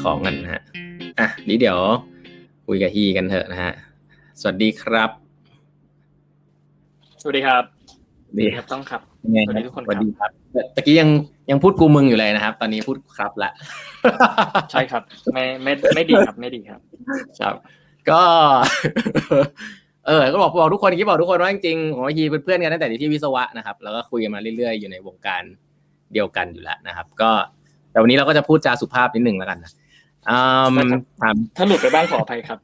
ของกันนะฮะนี้เดี๋ยวคุยกับฮีกันเถอะนะฮะสวัสดีครับสวัสดีครับดีครับต้องครับสวัสดีทุกคนครับตะกี้ยังพูดกูมึงอยู่เลยนะครับตอนนี้พูดครับละใช่ครับไม่ดีครับไม่ดีครับครับก็ก็บอกทุกคนอย่างที่บอกทุกคนว่าจริงๆของฮีเป็นเพื่อนกันตั้งแต่ที่วิศวะนะครับแล้วก็คุยกันมาเรื่อยๆอยู่ในวงการเดียวกันอยู่แล้วนะครับก็แต่วันนี้เราก็จะพูดจาสุภาพนิดนึงแล้วกันนะถ้าหลุดไปบ้างขออภัยครับ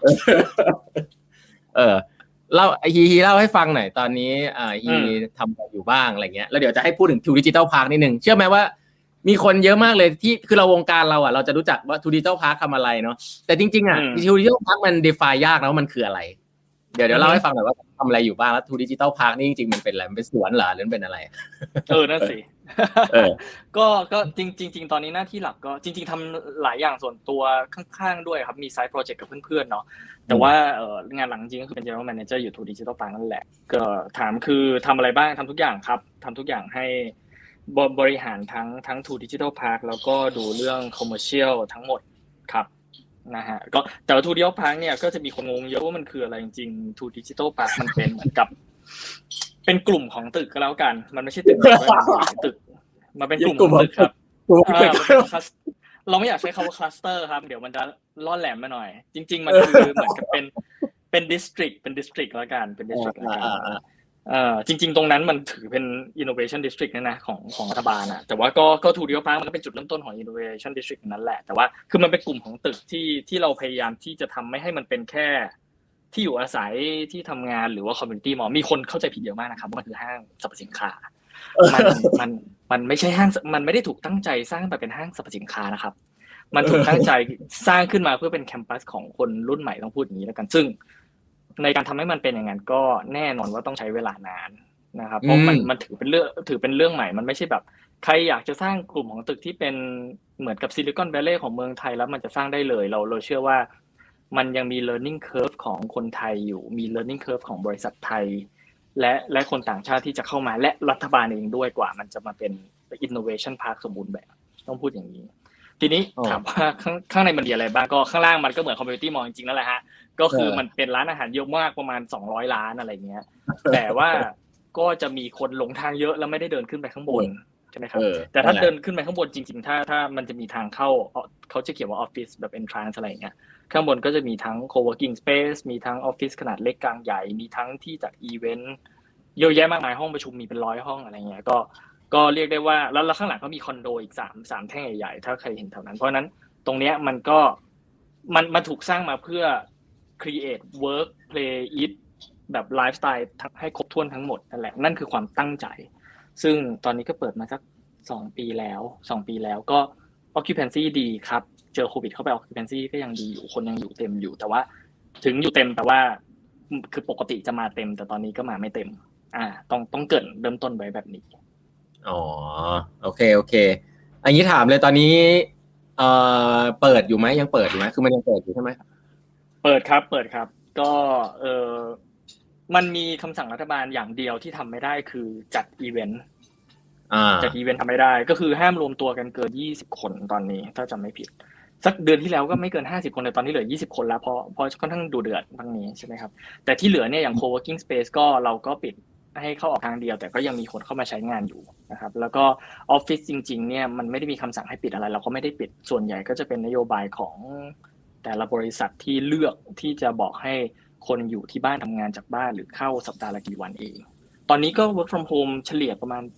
เล่าฮีเล่าให้ฟังหน่อยตอนนี้ฮีทำอะไรอยู่บ้างอะไรเงี้ยแล้วเดี๋ยวจะให้พูดถึง True Digital Park นิดนึงเชื่อไหมว่ามีคนเยอะมากเลยที่คือเราวงการเราจะรู้จักว่า True Digital Park ทำอะไรเนาะแต่จริงๆTrue Digital Park มัน define ยากนะว่ามันคืออะไรเดี๋ยวเล่าให้ฟังหน่อยว่าทำอะไรอยู่บ้างแล้ว True Digital Park นี่จริงๆมันเป็นอะไรมันเป็นสวนเหรอหรือเป็นอะไรนั่นสิก็จริงตอนนี้หน้าที่หลักก็จริงๆทำหลายอย่างส่วนตัวข้างๆด้วยครับมีไซต์โปรเจกต์กับเพื่อนๆเนาะแต่ว่างานหลังจริงก็คือเป็น General Manager อยู่ True Digital Park นั่นแหละก็ถามคือทำอะไรบ้างทำทุกอย่างครับทำทุกอย่างให้บริหารทั้ง True Digital Park แล้วก็ดูเรื่อง Commercial ทั้งหมดครับนะฮะก็แต่ว่า True Digital Park เนี่ยก็จะมีคนงงเยอะว่ามันคืออะไรจริงๆ True Digital Park มันเป็นเหมือนกับเป็นกลุ่มของตึกก็แล้วกันมันไม่ใช่ตึกตึกมันเป็นกลุ่มของตึกครับเราไม่อยากใช้คำว่าคลัสเตอร์ครับเดี๋ยวมันจะล่อแหลมมาหน่อยจริงๆมันคือเหมือนกับเป็นดิสตริกแล้วกันเป็นดิสตริกแล้วกันจริงๆตรงนั้นมันถือเป็น innovation district นะของรัฐบาลอ่ะแต่ว่าก็True Digital Parkมันก็เป็นจุดเริ่มต้นของ innovation district นั้นแหละแต่ว่าคือมันเป็นกลุ่มของตึกที่เราพยายามที่จะทำไม่ให้มันเป็นแค่ที่อยู่อาศัยที่ทำงานหรือว่า community mall มีคนเข้าใจผิดเยอะมากนะครับว่ามันคือห้างสรรพสินค้ามันไม่ใช่ห้างมันไม่ได้ถูกตั้งใจสร้างแบบเป็นห้างสรรพสินค้านะครับมันถูกตั้งใจสร้างขึ้นมาเพื่อเป็นแคมปัสของคนรุ่นใหม่ต้องพูดอย่างนี้แล้วกันซึ่งในการทำให้มันเป็นอย่างนั้นก็แน่นอนว่าต้องใช้เวลานานนะครับเพราะมันถือเป็นเรื่องใหม่มันไม่ใช่แบบใครอยากจะสร้างกลุ่มของตึกที่เป็นเหมือนกับซิลิคอนแวลลีย์ของเมืองไทยแล้วมันจะสร้างได้เลยเราเชื่อว่ามันยังมี learning curve ของคนไทยอยู่มี learning curve ของบริษัทไทยและคนต่างชาติที่จะเข้ามาและรัฐบาลเองด้วยกว่ามันจะมาเป็น innovation park สมบูรณ์แบบต้องพูดอย่างนี้ทีนี้ถามว่าข้างในมันมีอะไรบ้างก็ข้างล่างมันก็เหมือน community mall จริงๆนั่นแหละฮะก็คือมันเป็นร้านอาหารเยอะมากประมาณ200ร้านอะไรเงี้ยแต่ว่าก็จะมีคนหลงทางเยอะแล้วไม่ได้เดินขึ้นไปข้างบนใช่ไหมครับแต่ถ้าเดินขึ้นไปข้างบนจริงๆถ้ามันจะมีทางเข้าเขาจะเขียนว่า office แบบ entrance อะไรเงี้ยข้างบนก็จะมีทั้ง co-working space มีทั้ง office ขนาดเล็กกลางใหญ่มีทั้งที่จัด event เยอะแยะมากมายห้องประชุมมีเป็น100ห้องอะไรเงี้ยก็เรียกได้ว่าแล้วข้างหลังก็มีคอนโดอีก3แท่งใหญ่ๆถ้าใครเห็นแถวนั้นเพราะนั้นตรงเนี้ยมันก็มันถูกสร้างมาเพื่อ create work play eat แบบไลฟ์สไตล์ให้ครบถ้วนทั้งหมดนั่นแหละนั่นคือความตั้งใจซึ่งตอนนี้ก็เปิดมาสัก2ปีแล้วก็ occupancy ดีครับเจอโควิดเข้าไป occupancy ก็ยังดีอยู่คนยังอยู่เต็มอยู่แต่ว่าถึงอยู่เต็มแต่ว่าคือปกติจะมาเต็มแต่ตอนนี้ก็มาไม่เต็มต้องเกิดเริ่มต้นไว้แบบนี้โอเคอันนี้ถามเลยตอนนี้เปิดอยู่ไหมยังเปิดอยู่ไหมคือมันยังเปิดอยู่ใช่ไหมเปิดครับก็มันมีคำสั่งรัฐบาลอย่างเดียวที่ทำไม่ได้คือจัดอีเวนต์ทำไม่ได้ก็คือห้ามรวมตัวกันเกิน20คนตอนนี้ถ้าจำไม่ผิดสักเดือนที่แล้วก็ไม่เกิน50คนแต่ตอนนี้เหลือ20คนแล้วเพราะค่อนข้างดูเดือดบางนี้ใช่ไหมครับแต่ที่เหลือเนี่ยอย่าง co-working space ก็เราก็ปิดให้เข้าออกทางเดียวแต่ก็ยังมีคนเข้ามาใช้งานอยู่นะครับแล้วก็ออฟฟิศจริงๆเนี่ยมันไม่ได้มีคำสั่งให้ปิดอะไรเราก็ไม่ได้ปิดส่วนใหญ่ก็จะเป็นนโยบายของแต่ละบริษัทที่เลือกที่จะบอกให้คนอยู่ที่บ้านทำงานจากบ้านหรือเข้าสัปดาห์ละกี่วันเองตอนนี้ก็ work from home เฉลี่ยประมาณ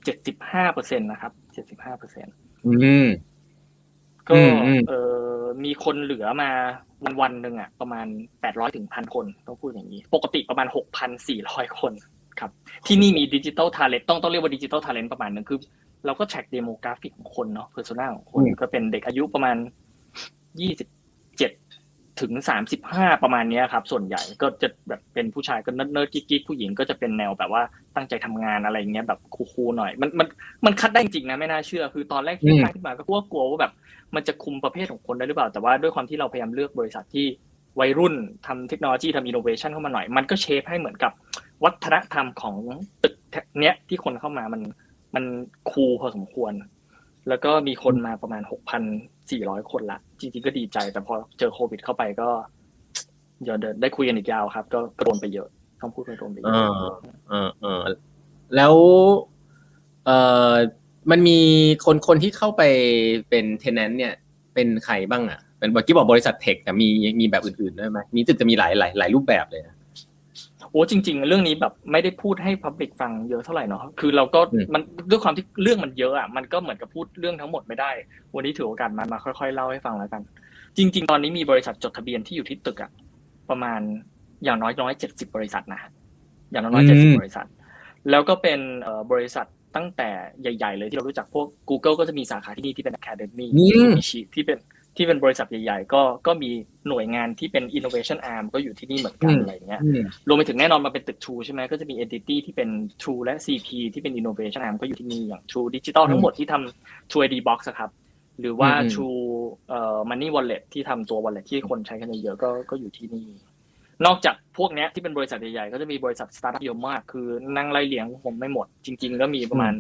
75% นะครับ 75%ก็มีคนเหลือมาวันนึงอ่ะประมาณ800ถึง 1,000 คนต้องพูดอย่างนี้ปกติประมาณ 6,400 คนครับที่นี่มี Digital Talent ต้องเรียกว่า Digital Talent ประมาณนึงคือเราก็แทร็ก demographic ของคนเนาะ persona ของคนก็เป็นเด็กอายุประมาณ27ถึง35ประมาณนี้ครับส่วนใหญ่ก็จะแบบเป็นผู้ชายก็เนิร์ดๆกิ๊กๆผู้หญิงก็จะเป็นแนวแบบว่าตั้งใจทำงานอะไรเงี้ยแบบคูลๆหน่อยมันคัดได้จริงนะไม่น่าเชื่อคือตอนแรกที่ตั้งขึ้นมาก็กลัวว่าแบบมันจะคุมประเภทของคนได้หรือเปล่าแต่ว่าด้วยความที่เราพยายามเลือกบริษัทที่วัยรุ่นทำเทคโนโลยีทำอินโนเวชันเข้ามาหน่อยมันก็เชฟให้เหมือนกับวัฒนธรรมของตึกเนี้ยที่คนเข้ามามันคูลพอสมควรแล้วก็มีคนมาประมาณ 400คนละจริงๆก็ดีใจแต่พอเจอโควิดเข้าไปก็เดี๋ยวได้คุยกันอีกยาวครับก็โดนไปเยอะต้องพูดไปโดนไปเยอะแล้วเอ่อมันมีคนที่เข้าไปเป็นเทนแนนต์เนี่ยเป็นใครบ้างอ่ะเป็นเมื่อกี้บอกบริษัทเทคแต่มีแบบอื่นๆด้วยไหมมีจะมีหลายรูปแบบเลยนะโอ้จริงๆเรื่องนี้แบบไม่ได้พูดให้ public ฟังเยอะเท่าไหร่เนาะคือเราก็มันด้วยความที่เรื่องมันเยอะอ่ะมันก็เหมือนกับพูดเรื่องทั้งหมดไม่ได้วันนี้ถือโอกาสมาค่อยๆเล่าให้ฟังแล้วกันจริงๆตอนนี้มีบริษัทจดทะเบียนที่อยู่ที่ตึกอ่ะประมาณอย่างน้อย70บริษัทนะอย่างน้อย70บริษัทแล้วก็เป็นบริษัทตั้งแต่ใหญ่ๆเลยที่เรารู้จักพวก Google ก็จะมีสาขาที่นี่ที่เป็น Academy Mitsubishi ที่เป็นบริษัทใหญ่ๆก็มีหน่วยงานที่เป็น innovation arm ก็อยู่ที่นี่เหมือนกันอะไรอย่างเงี้ยรวมไปถึงแน่นอนมาเป็นตึก True ใช่ไหมก็จะมี entity ที่เป็น True และ CP ที่เป็น innovation arm ก็อยู่ที่นี่อย่าง True Digital ทั้งหมดที่ทำ True ID Box ครับหรือว่า True Money Wallet ที่ทำตัว wallet ที่คนใช้กันเยอะๆก็อยู่ที่นี่นอกจากพวกนี้ที่เป็นบริษัทใหญ่ๆก็จะมีบริษัทสตาร์ทอัพเยอะมากคือนั่งไล่เลี้ยงผมไม่หมดจริงๆก็มีประมาณ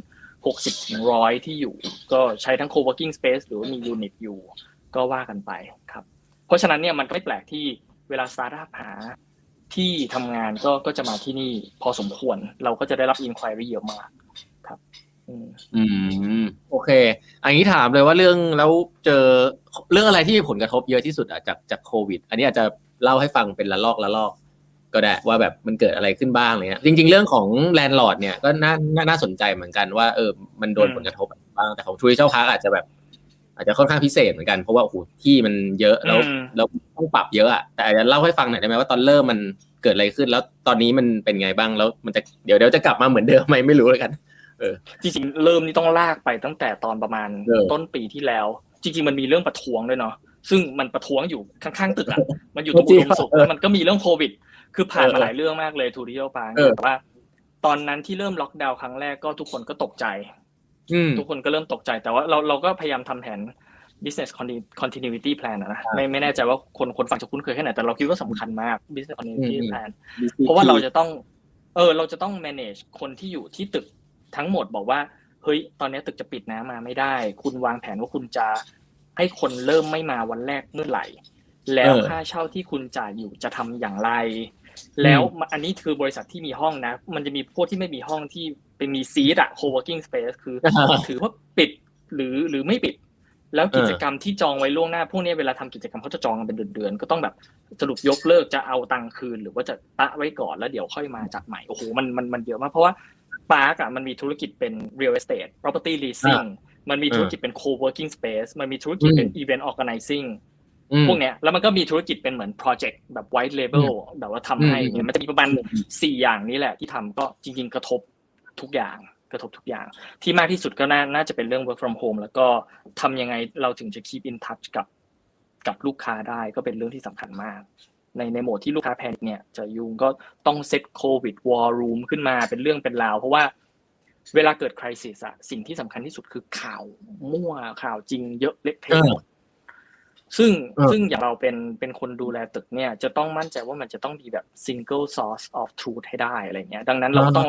60-100ที่อยู่ก็ใช้ทั้ง co-working space หรือว่ามี unit อยู่ก็ว่ากันไปครับเพราะฉะนั้นเนี่ยมันก็ไม่แปลกที่เวลาสตาร์ทอัพหาที่ทำงานก็จะมาที่นี่พอสมควรเราก็จะได้รับ inquiry เยอะมากครับโอเคอันนี้ถามเลยว่าเรื่องแล้วเจอเรื่องอะไรที่มีผลกระทบเยอะที่สุดอ่ะจากโควิดอันนี้อาจจะเล่าให้ฟังเป็นละลอกก็ได้ว่าแบบมันเกิดอะไรขึ้นบ้างอะไรเงี้ยจริงๆเรื่องของแลนด์ลอร์ดเนี่ยก็น่าสนใจเหมือนกันว่ามันโดนผลกระทบบ้างแต่ของทรูดิจิทัลพาร์คอาจจะค่อนข้างพิเศษเหมือนกันเพราะว่าโอ้โหที่มันเยอะแล้วต้องปรับเยอะอ่ะแต่อาจจะเล่าให้ฟังหน่อยได้ไหมว่าตอนเริ่มมันเกิดอะไรขึ้นแล้วตอนนี้มันเป็นไงบ้างแล้วมันจะเดี๋ยวจะกลับมาเหมือนเดิมไหมไม่รู้เลยกันจริงๆเริ่มนี่ต้องลากไปตั้งแต่ตอนประมาณต้นปีที่แล้วจริงๆมันมีเรื่องประท้วงด้วยเนาะซึ่งมันประท้วงอยู่ข้างๆตึกอ่ะมันอยู่ตรงอุดมสุขแล้วมันก็มีเรื่องโควิดคือผ่านมาหลายเรื่องมากเลยทูริโอปาแต่ว่าตอนนั้นที่เริ่มล็อกดาวน์ครั้งแรกก็ทุกคนก็ตกใจทุกคนก็เริ่มตกใจแต่ว่าเราก็พยายามทำแผน business continuity plan นะไม่แน่ใจว่าคนฟังจะคุ้นเคยแค่ไหนแต่เราคิดว่าสำคัญมาก business continuity plan เพราะว่าเราจะต้อง manage คนที่อยู่ที่ตึกทั้งหมดบอกว่าเฮ้ยตอนนี้ตึกจะปิดนะมาไม่ได้คุณวางแผนว่าคุณจะให้คนเริ่มไม่มาวันแรกเมื่อไหร่แล้วค่าเช่าที่คุณจ่ายอยู่จะทำอย่างไรแล้วอันนี้คือบริษัทที่มีห้องนะมันจะมีพวกที่ไม่มีห้องที่เป็นมีซีทอะ co-working space คือถือว่าปิดหรือไม่ปิดแล้วกิจกรรมที่จองไว้ล่วงหน้าพวกนี้เวลาทำกิจกรรมเขาจะจองกันเป็นเดือนๆก็ต้องแบบสรุปยกเลิกจะเอาตังค์คืนหรือว่าจะตะไว้ก่อนแล้วเดี๋ยวค่อยมาจัดใหม่โอ้โหมันเยอะมากเพราะว่าปาร์คอะมันมีธุรกิจเป็น real estate property leasing มันมีธุรกิจเป็น co-working space มันมีธุรกิจเป็น event organizing พวกเนี้ยแล้วมันก็มีธุรกิจเป็นเหมือน project แบบ white label แบบว่าทำให้เนี่ยมันจะมีประมาณ4อย่างนี้แหละที่ทำก็จริงๆกระทบทุกอย่างที่มากที่สุดก็น่าจะเป็นเรื่อง work from home แล้วก็ทำยังไงเราถึงจะ keep in touch กับลูกค้าได้ก็เป็นเรื่องที่สำคัญมากในโหมดที่ลูกค้าแพนิคเนี่ยจะยุ่งก็ต้องเซตโควิดวอร์รูมขึ้นมาเป็นเรื่องเป็นราวเพราะว่าเวลาเกิดคริสิสอะสิ่งที่สำคัญที่สุดคือข่าวมั่วข่าวจริงเยอะเละเทะหมดซึ่งอย่างเราเป็นคนดูแลตึกเนี่ยจะต้องมั่นใจว่ามันจะต้องมีแบบ single source of truth ให้ได้อะไรเงี้ยดังนั้นเราก็ต้องเอา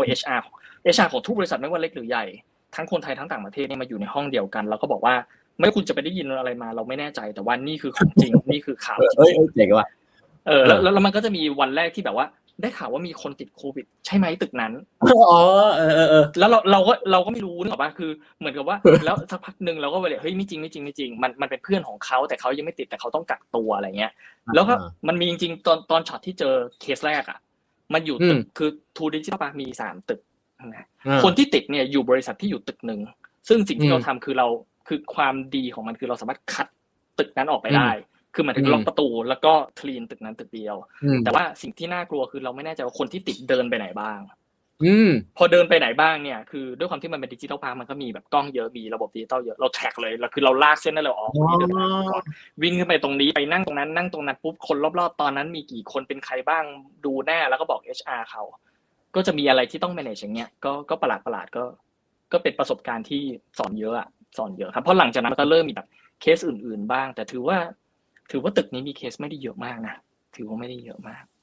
HR ของทุกบริษัทไม่ว่าเล็กหรือใหญ่ทั้งคนไทยทั้งต่างประเทศเนี่ยมาอยู่ในห้องเดียวกันแล้วก็บอกว่าไม่ว่าคุณจะไปได้ยินอะไรมาเราไม่แน่ใจแต่ว่านี่คือของจริงนี่คือข่าวจริงเจ๋งว่ะแล้วมันก็จะมีวันแรกที่แบบว่าได้ข่าวว่ามีคนติดโควิดใช่ไหมตึกนั้นแล้วเราก็ไม่รู้นึกออกป่ะคือเหมือนกับว่าแล้วสักพักนึงเราก็ไปเลยเฮ้ยไม่จริงมันเป็นเพื่อนของเขาแต่เขายังไม่ติดแต่เขาต้องกักตัวอะไรเงี้ยแล้วก็มันมีจริงๆตอนช็อตที่เจอเคสแรกอ่ะมันอยู่ตึกคือทูดิจิทัลปามี3ตึกคนที่ติดเนี่ยอยู่บริษัทที่อยู่ตึกนึงซึ่งสิ่งที่เราทำคือความดีของมันคือเราสามารถคัดตึกนั้นออกไปได้คือหมายถึงล็อกประตูแล้วก็คลีนตึกนั้นตึกเดียวแต่ว่าสิ่งที่น่ากลัวคือเราไม่แน่ใจว่าคนที่ติดเดินไปไหนบ้างพอเดินไปไหนบ้างเนี่ยคือด้วยความที่มันเป็นดิจิทัลพาร์คมันก็มีแบบกล้องเยอะมีระบบดิจิตอลเยอะเราแท็กเลยแล้วคือเราลากเส้นได้เลยคนนี้เดินทางก่อนวิ่งขึ้นไปตรงนี้ไปนั่งตรงนั้นปุ๊บคนรอบๆตอนนั้นมีกี่คนเป็นใครบ้างดูแน่แล้วก็บอก HR เขาก็จะมีอะไรที่ต้อง manage อย่างเงี้ยก็ประหลาดก็เป็นประสบการณ์ที่สอนเยอะครับเพราะหลังจากนั้นก็เริ่มมีแบบเคสอื่นๆบ้างแต่ถือว่าตึกนี้มีเคสไม่ได้เยอะมากนะถือว่าไม่ได้เยอะมาก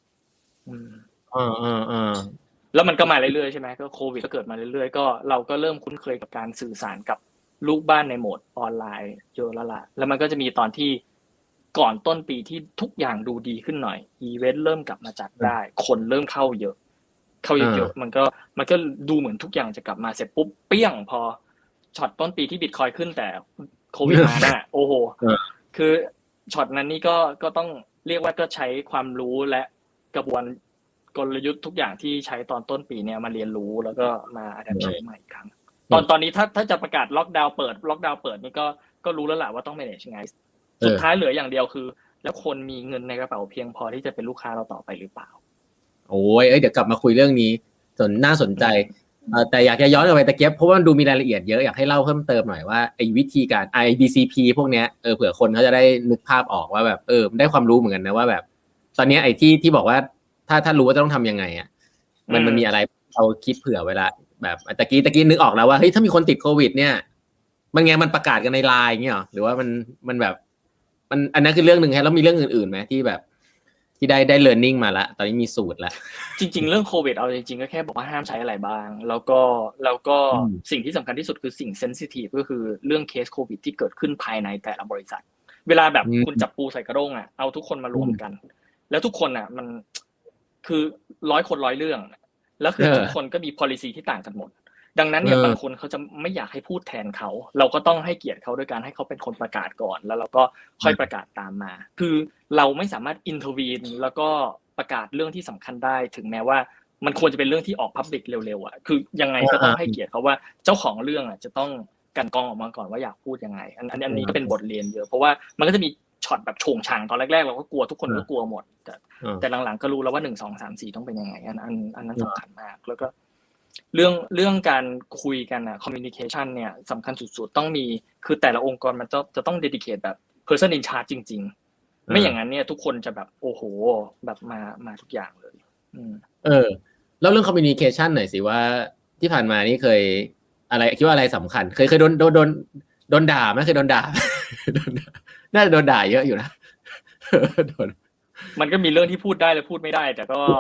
แล้วมันก็มาเรื่อยๆใช่ไหมก็โควิดก็เกิดมาเรื่อยๆก็เราก็เริ่มคุ้นเคยกับการสื่อสารกับลูกบ้านในโหมดออนไลน์เยอะแล้วล่ะแล้วมันก็จะมีตอนที่ก่อนต้นปีที่ทุกอย่างดูดีขึ้นหน่อยอีเวนต์เริ่มกลับมาจัดได้คนเริ่มเข้าเยอะมันก็ดูเหมือนทุกอย่างจะกลับมาเสร็จปุ๊บเปี้ยงพอช็อตต้นปีที่บิตคอยขึ้นแต่โควิดมาน่ะโอ้โหคือช็อตนั้นนี่ก็ต้องเรียกว่าก็ใช้ความรู้และกระบวนกลยุทธ์ทุกอย่างที่ใช้ตอนต้นปีเนี่ยมาเรียนรู้แล้วก็มาอัดแอปใช้ใหม่อีกครั้งตอนนี้ถ้าจะประกาศล็อกดาวน์เปิดนี่ก็รู้แล้วแหละว่าต้อง manage ยังไงสุดท้ายเหลืออย่างเดียวคือแล้วคนมีเงินในกระเป๋าเพียงพอที่จะเป็นลูกค้าเราต่อไปหรือเปล่าโอ้ยเดี๋ยวกลับมาคุยเรื่องนี้น่าสนใจแต่อยากจะย้อนกลับไปตะเกียบเพราะว่าดูมีรายละเอียดเยอะอยากให้เล่าเพิ่มเติมหน่อยว่าไอ้วิธีการ IBCP พวกเนี้ยเผื่อคนเขาจะได้นึกภาพออกว่าแบบได้ความรู้เหมือนกันนะว่าแบบตอนนี้ไอ้ที่บอกว่าถ้ารู้ว่าจะต้องทำยังไงอ่ะมันมีอะไรเราคิดเผื่อเวลาแบบตะกี้นึกออกแล้วว่าเฮ้ยถ้ามีคนติดโควิดเนี่ยมันประกาศกันในไลน์อย่างเงี้ยหรอหรือว่ามันแบบมันอันนั้นคือเรื่องนึงแล้วมีเรื่องอื่นๆมั้ยที่แบบที่ได้ learning มาละตอนนี้มีสูตรละจริงๆเรื่องโควิดเอาจริงๆก็แค่บอกว่าห้ามใช้อะไรบ้างแล้วก็สิ่งที่สำคัญที่สุดคือสิ่งเซนซิทีฟก็คือเรื่องเคสโควิดที่เกิดขึ้นภายในแต่ละบริษัทเวลาแบบคุณจับปูใส่กระด้งอ่ะเอาทุกคนมารวมกันแล้วทุกคนอ่ะมันคือ100 คน100 เรื่องแล้วคือทุกคนก็มี policy ที่ต่างกันหมดดังนั้นเนี่ยบางคนเขาจะไม่อยากให้พูดแทนเขาเราก็ต้องให้เกียรติเขาด้วยการให้เขาเป็นคนประกาศก่อนแล้วเราก็ค่อยประกาศตามมาคือเราไม่สามารถอินเทอร์วีนแล้วก็ประกาศเรื่องที่สำคัญได้ถึงแม้ว่ามันควรจะเป็นเรื่องที่ออกพับลิกเร็วๆอ่ะคือยังไงก็ต้องให้เกียรติเขาว่าเจ้าของเรื่องอ่ะจะต้องกันกรองออกมาก่อนว่าอยากพูดยังไงอันนี้ก็เป็นบทเรียนเยอะเพราะว่ามันก็จะมีช็อตแบบโฉงฉางตอนแรกๆเราก็กลัวทุกคนก็กลัวหมดแต่หลังๆก็รู้แล้วว่า1 2 3 4ต้องเป็นยังไงอันนั้นสำคัญมากแล้วก็เรื่องการคุยกันอ่ะ communication เนี่ยสำคัญสุดๆต้องมีคือแต่ละองค์กรมันจะต้อง dedicate แบบ person in charge จริงๆไม่อย่างนั้นเนี่ยทุกคนจะแบบโอ้โหแบบมาทุกอย่างเลยแล้วเรื่อง communication หน่อยสิว่าที่ผ่านมานี่เคยอะไรคิดว่าอะไรสำคัญเคยโดนด่าไหมเคยโดนด่าน่าจะโดนด่าเยอะอยู่นะมันก็มีเรื่องที่พูดได้และพูดไม่ได้แต่ก็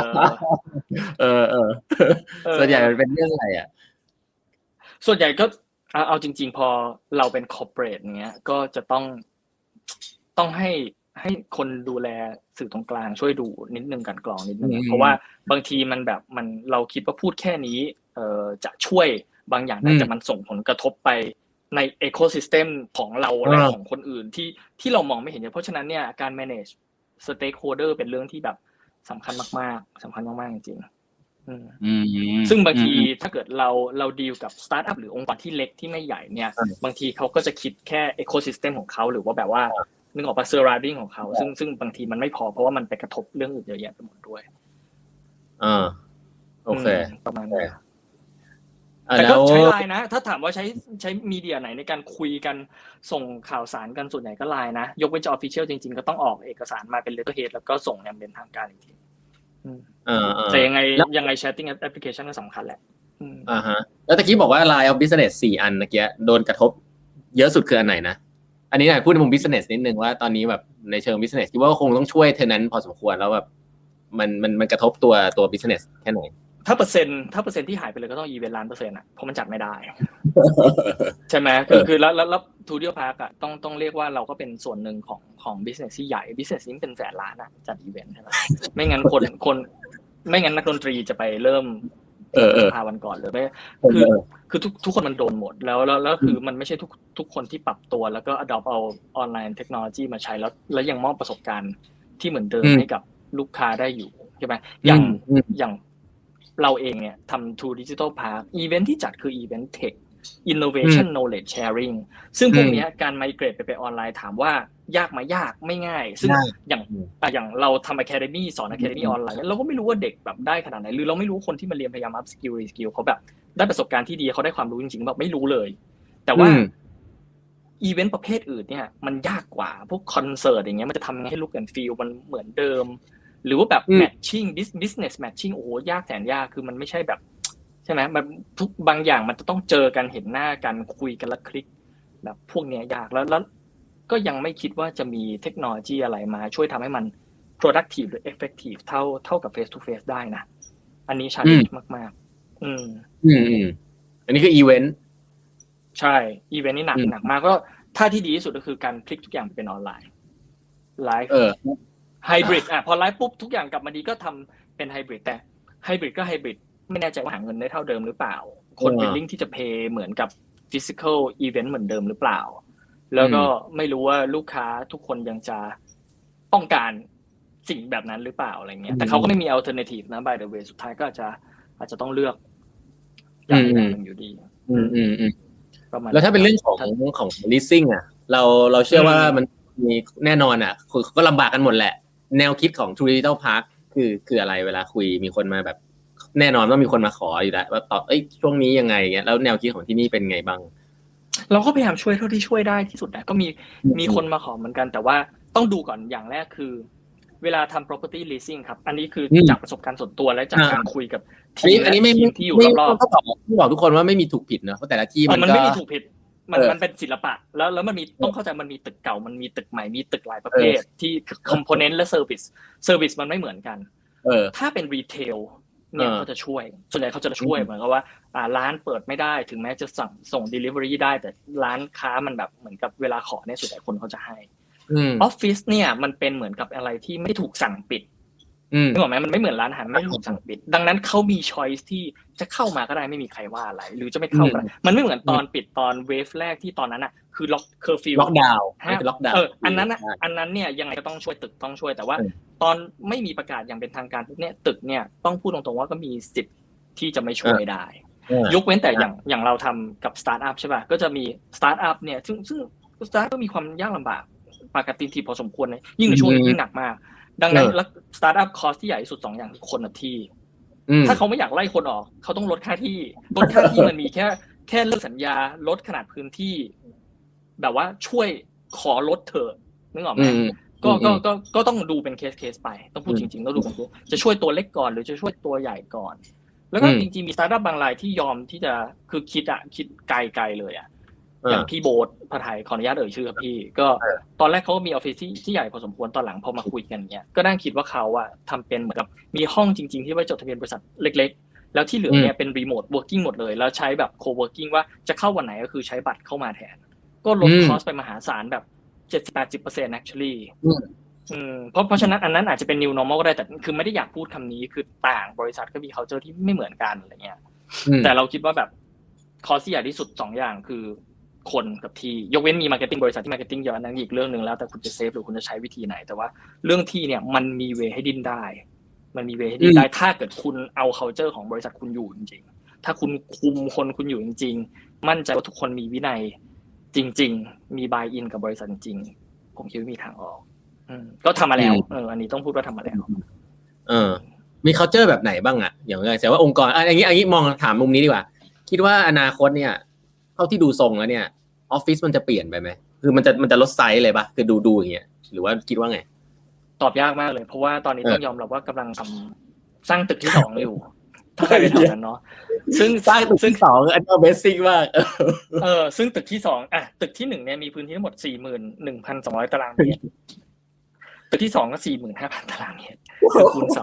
ส่วนใหญ่มันเป็นเรื่องอะไรอ่ะส่วนใหญ่ก็เอาจริงๆพอเราเป็นคอร์ปอเรทเงี้ยก็จะต้องให้คนดูแลสื่อตรงกลางช่วยดูนิดนึงกันกรองนิดนึงเพราะว่าบางทีมันแบบมันเราคิดว่าพูดแค่นี้จะช่วยบางอย่างได้แต่มันส่งผลกระทบไปในเอโคซิสเต็มของเราและของคนอื่นที่เรามองไม่เห็นเพราะฉะนั้นเนี่ยการ manage stakeholder เป็นเรื่องที่แบบสำคัญมากๆจริงๆซึ่งบางทีถ้าเกิดเราดีลกับสตาร์ทอัพหรือองค์กรที่เล็กที่ไม่ใหญ่เนี่ยบางทีเขาก็จะคิดแค่เอโคซิสเต็มของเขาหรือว่าแบบว่านึกออกป่ะเซอร์ราดิ้งของเขาซึ่งบางทีมันไม่พอเพราะว่ามันไปกระทบเรื่องอื่นเยอะแยะไปหมดด้วยโอเคประมาณนี้แต่ก็ใช้ไลน์นะถ้าถามว่าใช้มีเดียไหนในการคุยกันส่งข่าวสารกันส่วนใหญ่ก็ไลน์นะยกเว้นจะออฟฟิเชียลจริงๆก็ต้องออกเอกสารมาเป็นเลตเตอร์เฮดแล้วก็ส่งอย่างเป็นทางการอีกทีแต่ยังไงแชทติ้งแอปพลิเคชันก็สำคัญแหละแล้วตะกี้บอกว่า Line of Business 4 อันเมื่อกี้โดนกระทบเยอะสุดคืออันไหนนะอันนี้หน่อยพูดในมุม business นิดนึงว่าตอนนี้แบบในเชิง business คิดว่าคงต้องช่วยเทนนั้นพอสมควรแล้วแบบมันกระทบตัว business แค่ไหนถ้าเปอร์เซ็นต์ที่หายไปเลยก็ต้องอีเวนต์1,000,000%อ่ะเพราะมันจัดไม่ได้ใช่ไหมคือแล้วทูดิโอพาร์คอ่ะต้องเรียกว่าเราก็เป็นส่วนหนึ่งของ business ที่ใหญ่ business นี้เป็นแสนล้านอ่ะจัดอีเวนต์ใช่ไหมไม่งั้นคนไม่งั้นนักดนตรีจะไปเริ่มพาวันก่อนเลยไม่คือทุกคนมันโดนหมดแล้วคือมันไม่ใช่ทุกคนที่ปรับตัวแล้วก็ adopt เอาออนไลน์เทคโนโลยีมาใช้แล้วยังมอบประสบการณ์ที่เหมือนเดิมให้กับลูกค้าได้อยู่ใช่ไหมอย่างเราเองเนี่ยทำ True Digital Park อีเวนท์ที่จัดคืออีเวนท์ Tech Innovation Knowledge Sharing ซึ่งพวกนี้การไมเกรตไปออนไลน์ถามว่ายากไหมยากไม่ง่ายซึ่งอย่างเราทำ Academy สอน Academy ออนไลน์เราก็ไม่รู้ว่าเด็กแบบได้ขนาดไหนหรือเราไม่รู้คนที่มาเรียนพยายาม up skill re skill เขาแบบได้ประสบการณ์ที่ดีเขาได้ความรู้จริงๆแบบไม่รู้เลยแต่ว่าอีเวนต์ประเภทอื่นเนี่ยมันยากกว่าพวกคอนเสิร์ตอย่างเงี้ยมันจะทำยังไงให้ look and feel มันเหมือนเดิมหรือว่าแบบ matching business matching โอ้โหยากแสนยากคือมันไม่ใช่แบบใช่ไหมมันทุกบางอย่างมันจะต้องเจอกันเห็นหน้ากันคุยกันแล้วคลิกแบบพวกเนี้ยยากแล้วก็ยังไม่คิดว่าจะมีเทคโนโลยีอะไรมาช่วยทำให้มัน productive หรือ effective เท่ากับ face to face ได้นะอันนี้ challenge มากๆอันนี้คืออีเวนต์ใช่อีเวนต์นี่หนักมากก็ถ้าที่ดีที่สุดก็คือการพลิกทุกอย่างเป็นออนไลน์ไลฟ์ไฮบริดพอไลฟ์ปุ๊บทุกอย่างกลับมาดีก็ทำเป็นไฮบริดแต่ไฮบริดก็ไฮบริดไม่แน่ใจว่าหาเงินได้เท่าเดิมหรือเปล่าคนวิลลิ่งที่จะเพย์เหมือนกับฟิสิคอลอีเวนต์เหมือนเดิมหรือเปล่าแล้วก็ไม่รู้ว่าลูกค้าทุกคนยังจะต้องการสิ่งแบบนั้นหรือเปล่าอะไรเงี้ยแต่เขาก็ไม่มี alternative นะ by the way สุดท้ายก็อาจจะต้องเลือกอย่างใดอย่างหนึ่งอยู่ดีแล้วถ้าเป็นเรื่องของ leasing อ่ะเราเชื่อว่ามันมีแน่นอนอ่ะก็ลำบากกันหมดแหละแนวคิดของ True Digital Park คืออะไรเวลาคุยมีคนมาแบบแน่นอนว่ามีคนมาขออยู่แล้วว่าตอบช่วงนี้ยังไงเงี้ยแล้วแนวคิดของที่นี่เป็นไงบ้างเราก็พยายามช่วยเท่าที่ช่วยได้ที่สุดนะก็มีคนมาขอเหมือนกันแต่ว่าต้องดูก่อนอย่างแรกคือเวลาทำ property leasing ครับอันนี้คือจากประสบการณ์ส่วนตัวและจากการคุยกับทีมที่อยู่รอบๆต้องบอกทุกคนว่าไม่มีถูกผิดเนอะเพราะแต่ละที่มันไม่มีถูกผิดมันเป็นศิลปะแล้วมันมีต้องเข้าใจมันมีตึกเก่ามันมีตึกใหม่มีตึกหลายประเภทที่ component และ service มันไม่เหมือนกันถ้าเป็น retail เนี่ยเขาจะช่วยส่วนใหญ่เขาจะช่วยเหมือนกับว่าร้านเปิดไม่ได้ถึงแม้จะส่ง delivery ได้แต่ร้านค้ามันแบบเหมือนกับเวลาขอเนี่ยส่วนใหญ่คนเขาจะให้ออฟฟิศเนี่ยมันเป็นเหมือนกับอะไรที่ไม่ถูกสั่งปิดนึกออกไหมมันไม่เหมือนร้านอาหารไม่ถูกสั่งปิดดังนั้นเขามี choice ที่จะเข้ามาก็ได้ไม่มีใครว่าอะไรหรือจะไม่เข้าก็ได้มันไม่เหมือนตอนปิดตอนเวฟแรกที่ตอนนั้นอ่ะคือล็อกเคอร์ฟิวล็อกดาวน์อันนั้นเนี่ยยังไงก็ต้องช่วยตึกต้องช่วยแต่ว่าตอนไม่มีประกาศอย่างเป็นทางการพวกเนี้ยตึกเนี่ยต้องพูดตรงๆว่าก็มีสิทธิ์ที่จะไม่ช่วยได้ยกเว้นแต่อย่างเราทำกับสตาร์ทอัพใช่ป่ะก็จะมีสตาร์ทอัพเนี่ยซึ่งสตาร์ทก็มีความยากลำบากปกติทีพอสมควรเลยยิ่งในช่วงยิ่งหนักมากดังนั้นแล้วสตาร์ทอัพคอสที่ใหญ่ที่สุด2อย่างคือคนกับที่ถ้าเขาไม่อยากไล่คนออกเขาต้องลดค่าที่มันมีแค่เลิกสัญญาลดขนาดพื้นที่แบบว่าช่วยขอลดเถอะนึกออกไหมก็ต้องดูเป็นเคสไปต้องพูดจริงๆต้องดูเป็นจะช่วยตัวเล็กก่อนหรือจะช่วยตัวใหญ่ก่อนแล้วก็จริงๆมีสตาร์ทอัพบางรายที่ยอมที่จะคือคิดไกลเลยอ่ะอย่างพี่โบ๊ทพไทยขออนุญาตเอ่ยชื่อครับพี่ก็ตอนแรกเขาก็มีออฟฟิศที่ใหญ่พอสมควรตอนหลังพอมาคุยกันเงี้ยก็นั่งคิดว่าเขาอะทำเป็นเหมือนกับมีห้องจริงๆที่ไว้จดทะเบียนบริษัทเล็กๆแล้วที่เหลือเนี่ยเป็นรีโมทเวิร์กิ่งหมดเลยแล้วใช้แบบโคเวิร์กิ่งว่าจะเข้าวันไหนก็คือใช้บัตรเข้ามาแทนก็ลดคอสไปมหาศาลแบบ 70-80% actually เพราะฉะนั้นอันนั้นอาจจะเป็น new normal ก็ได้แต่คือไม่ได้อยากพูดคำนี้คือต่างบริษัทก็มี culture ที่ไม่เหมือนกันอะไรเงี้ยแต่เราคิดว่าแบบคอสที่ใหญ่ที่สุด2อย่างคือคนกับที่ยกเว้นมีมาร์เก็ตติ้งบริษัทที่มาร์เก็ตติ้งเยอะนั่นอีกเรื่องนึงแล้วแต่คุณจะเซฟหรือคุณจะใช้วิธีไหนแต่ว่าเรื่องที่เนี่ยมันมีเวให้ดิ้นได้ถ้าเกิดคุณเอา culture ของบริษัทคุณอยู่จริงๆถ้าคุณคุมคนคุณอยู่จริงๆมั่นใจว่าทุกคนมีวินัยจริงๆมี buy in กับบริษัทจริงผมคิดว่ามีทางออกก็ทำมาแล้วอันนี้ต้องพูดว่าทำมาแล้วมี culture แบบไหนบ้างอ่ะอย่างไรแต่ว่าองค์กรอย่างนี้มองถามมุมนี้ดีกว่าคิดว่าอนาคตเนี่ยเท่าที่ดูทรงแล้วเนี่ยออฟฟิศมันจะเปลี่ยนไปไหมคือมันจะลดไซส์เลยป่ะคือดูอย่างเงี้ยหรือว่าคิดว่าไงตอบยากมากเลยเพราะว่าตอนนี้ต้องยอมรับว่ากำลังสร้างตึกที่2อยู่ถ้าใครไปทำนั้นเนาะซึ่งสร้างตึกที่2อันนี้เบสิกมากซึ่งตึกที่2ตึกที่1เนี่ยมีพื้นที่ทั้งหมด 41,200 ตารางเมตรตึกที่2ก็ 45,000 ตารางเมตรคือคูณ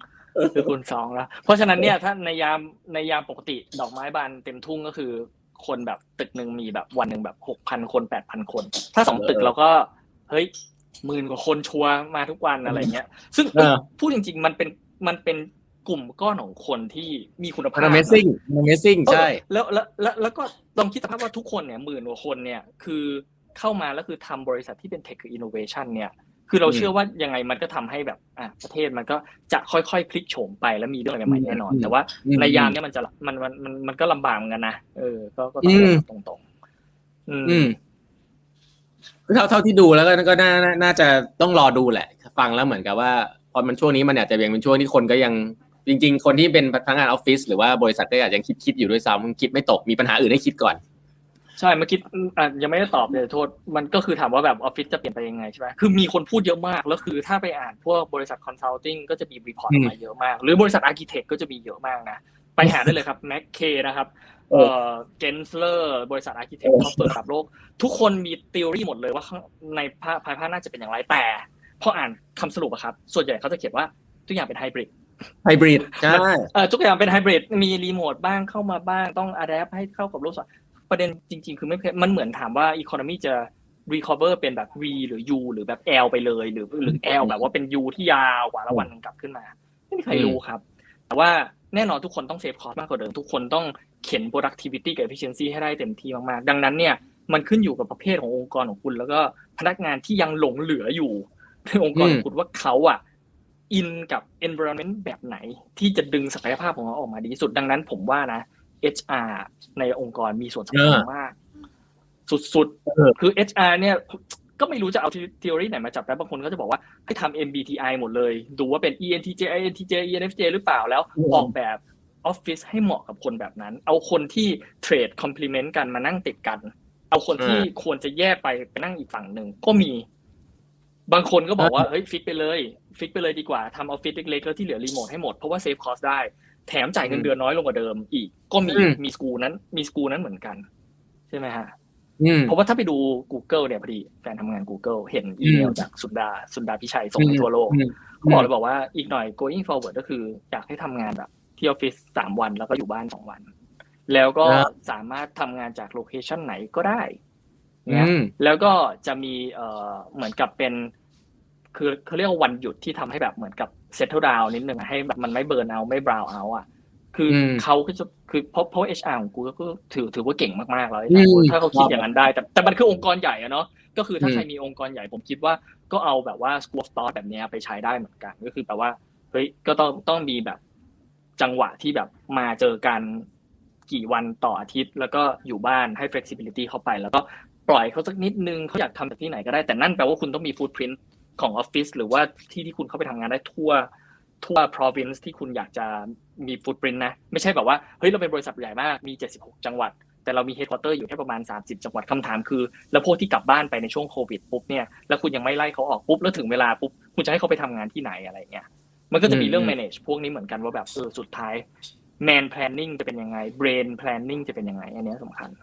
2แล้วเพราะฉะนั้นเนี่ยถ้าในยามปกติดอกไม้บานเต็มทุ่งก็คือคนแบบตึกนึงมีแบบวันนึงแบบ 6,000 คน 8,000 คนถ้า2ตึกเราก็เฮ้ย10,000 กว่าคนชัวร์มาทุกวันอะไรเงี้ยซึ่งพูดจริงๆมันเป็นกลุ่มก้อนของคนที่มีคุณภาพ Amazing ใช่แล้วก็ลองคิดสภาพว่าทุกคนเนี่ย10,000 กว่าคนเนี่ยคือเข้ามาแล้วคือทำบริษัทที่เป็น Tech กับ Innovation เนี่ยคือเราเชื่อว่ายังไงมันก็ทำให้แบบประเทศมันก็จะค่อยๆพลิกโฉมไปแล้วมีเรื่องอะไรใหม่ๆแน่นอนแต่ว่าในยามนี้มันก็ลำบากเหมือนกันนะก็ต้องตรงเท่าที่ดูแล้วก็น่าจะต้องรอดูแหละฟังแล้วเหมือนกับว่าพอมันช่วงนี้มันอาจจะยังเป็นช่วงที่คนก็ยังจริงๆคนที่เป็นพนักงานออฟฟิศหรือว่าบริษัทก็อาจจะยังคิดอยู่ด้วยซ้ำคิดไม่ตกมีปัญหาอื่นให้คิดก่อนใช่เมื่อกี้ยังไม่ได้ตอบเลยโทษมันก็คือถามว่าแบบออฟฟิศจะเปลี่ยนไปยังไงใช่ไหมคือมีคนพูดเยอะมากแล้วคือถ้าไปอ่านพวกบริษัทคอนซัลทิงก็จะมีรีพอร์ตมาเยอะมากหรือบริษัทอาร์คิเทคก็จะมีเยอะมากนะไปหาได้เลยครับแม็กเคนะครับเจนสเลอร์บริษัทอาร์คิเทคท็อปเปิดระดับโลกทุกคนมีทีออรี่หมดเลยว่าในภายภาคหน้าจะเป็นอย่างไรแต่พออ่านคำสรุปอะครับส่วนใหญ่เขาจะเขียนว่าทุกอย่างเป็นไฮบริดใช่ทุกอย่างเป็นไฮบริดมีรีโมทบ้างเข้ามาบ้างต้องอะแดปให้เข้ากับโลกประเด็นจริงๆคือไม่มันเหมือนถามว่า economy จะ recover เป็นแบบ V หรือ U หรือแบบ L ไปเลยหรือ L แบบว่าเป็น U ที่ยาวกว่าแล้ววันนึงกลับขึ้นมาไม่มีใครรู้ครับแต่ว่าแน่นอนทุกคนต้องเซฟคอสมากกว่าเดิมทุกคนต้องเข็น productivity กับ efficiency ให้ได้เต็มที่มากๆดังนั้นเนี่ยมันขึ้นอยู่กับประเภทขององค์กรของคุณแล้วก็พนักงานที่ยังหลงเหลืออยู่ในองค์กรของคุณว่าเขาอินกับ environment แบบไหนที่จะดึงศักยภาพของเขาออกมาดีที่สุดดังนั้นผมว่านะ HR ในองค์กรมีส่วนสำคัญมากสุดๆคือ HR เนี่ยก็ไม่รู้จะเอา theory ไหนมาจับได้บางคนก็จะบอกว่าให้ทำ MBTI หมดเลยดูว่าเป็น ENTJ INTJ ENFJ หรือเปล่าแล้วออกแบบออฟฟิศให้เหมาะกับคนแบบนั้นเอาคนที่เทรด complement กันมานั่งติดกันเอาคนที่ควรจะแยกไปนั่งอีกฝั่งหนึ่งก็มีบางคนก็บอกว่าเฮ้ยฟิกไปเลยดีกว่าทำออฟฟิศเล็กๆแล้วที่เหลือรีโมทให้หมดเพราะว่าเซฟคอสได้แถมจ่ายเงินเดือนน้อยลงกว่าเดิมอีกก็มีสกูลนั้นเหมือนกันใช่ไหมฮะเพราะว่าถ้าไปดู Google เนี่ยพอดีแฟนทำงาน Google เห็นอีเมลจากสุนดาพิชัยส่งไปทั่วโลกเขาบอกว่าอีกหน่อย going forward ก็คืออยากให้ทำงานแบบที่ออฟฟิศ3 วันแล้วก็อยู่บ้าน2 วันแล้วก็สามารถทำงานจากโลเคชั่นไหนก็ได้เนี่ยแล้วก็จะมีเหมือนกับเป็นคือเขาเรียกว่าวันหยุดที่ทำให้แบบเหมือนกับ settle down นิดนึงให้แบบมันไม่เบิร์นเอาไม่บราวเอาคือเขาก็จะคือเพราะ HR ของกูก็ถือว่าเก่งมากๆแล้วถ้าเขาคิดอย่างนั้นได้แต่มันคือองค์กรใหญ่เนาะก็คือถ้าใครมีองค์กรใหญ่ผมคิดว่าก็เอาแบบว่า school of thought แบบนี้ไปใช้ได้เหมือนกันก็คือแปลว่าเฮ้ยก็ต้องมีแบบจังหวะที่แบบมาเจอกันกี่วันต่ออาทิตย์แล้วก็อยู่บ้านให้ flexibility เข้าไปแล้วก็ปล่อยเขาสักนิดนึงเขาอยากทำจากที่ไหนก็ได้แต่นั่นแปลว่าคุณต้องมี footprint ของออฟฟิศหรือว่าที่คุณเข้าไปทำงานได้ทั่ว province ที่คุณอยากจะมี footprint นะไม่ใช่แบบว่าเฮ้ยเราเป็นบริษัทใหญ่มากมี76 จังหวัดแต่เรามี headquarter อยู่แค่ประมาณ30 จังหวัดคำถามคือแล้วพวกที่กลับบ้านไปในช่วงโควิดปุ๊บเนี่ยแล้วคุณยังไม่ไล่เขาออกปุ๊บแล้วถึงเวลาปุ๊บคุณจะให้เขาไปทำงานที่ไหนอะไรเงี้ยมันก็จะมีเรื่อง manage พวกนี้เหมือนกันว่าแบบสุดท้าย man planning จะเป็นยังไง brain planning จะเป็นยังไงอันนี้สำคัญ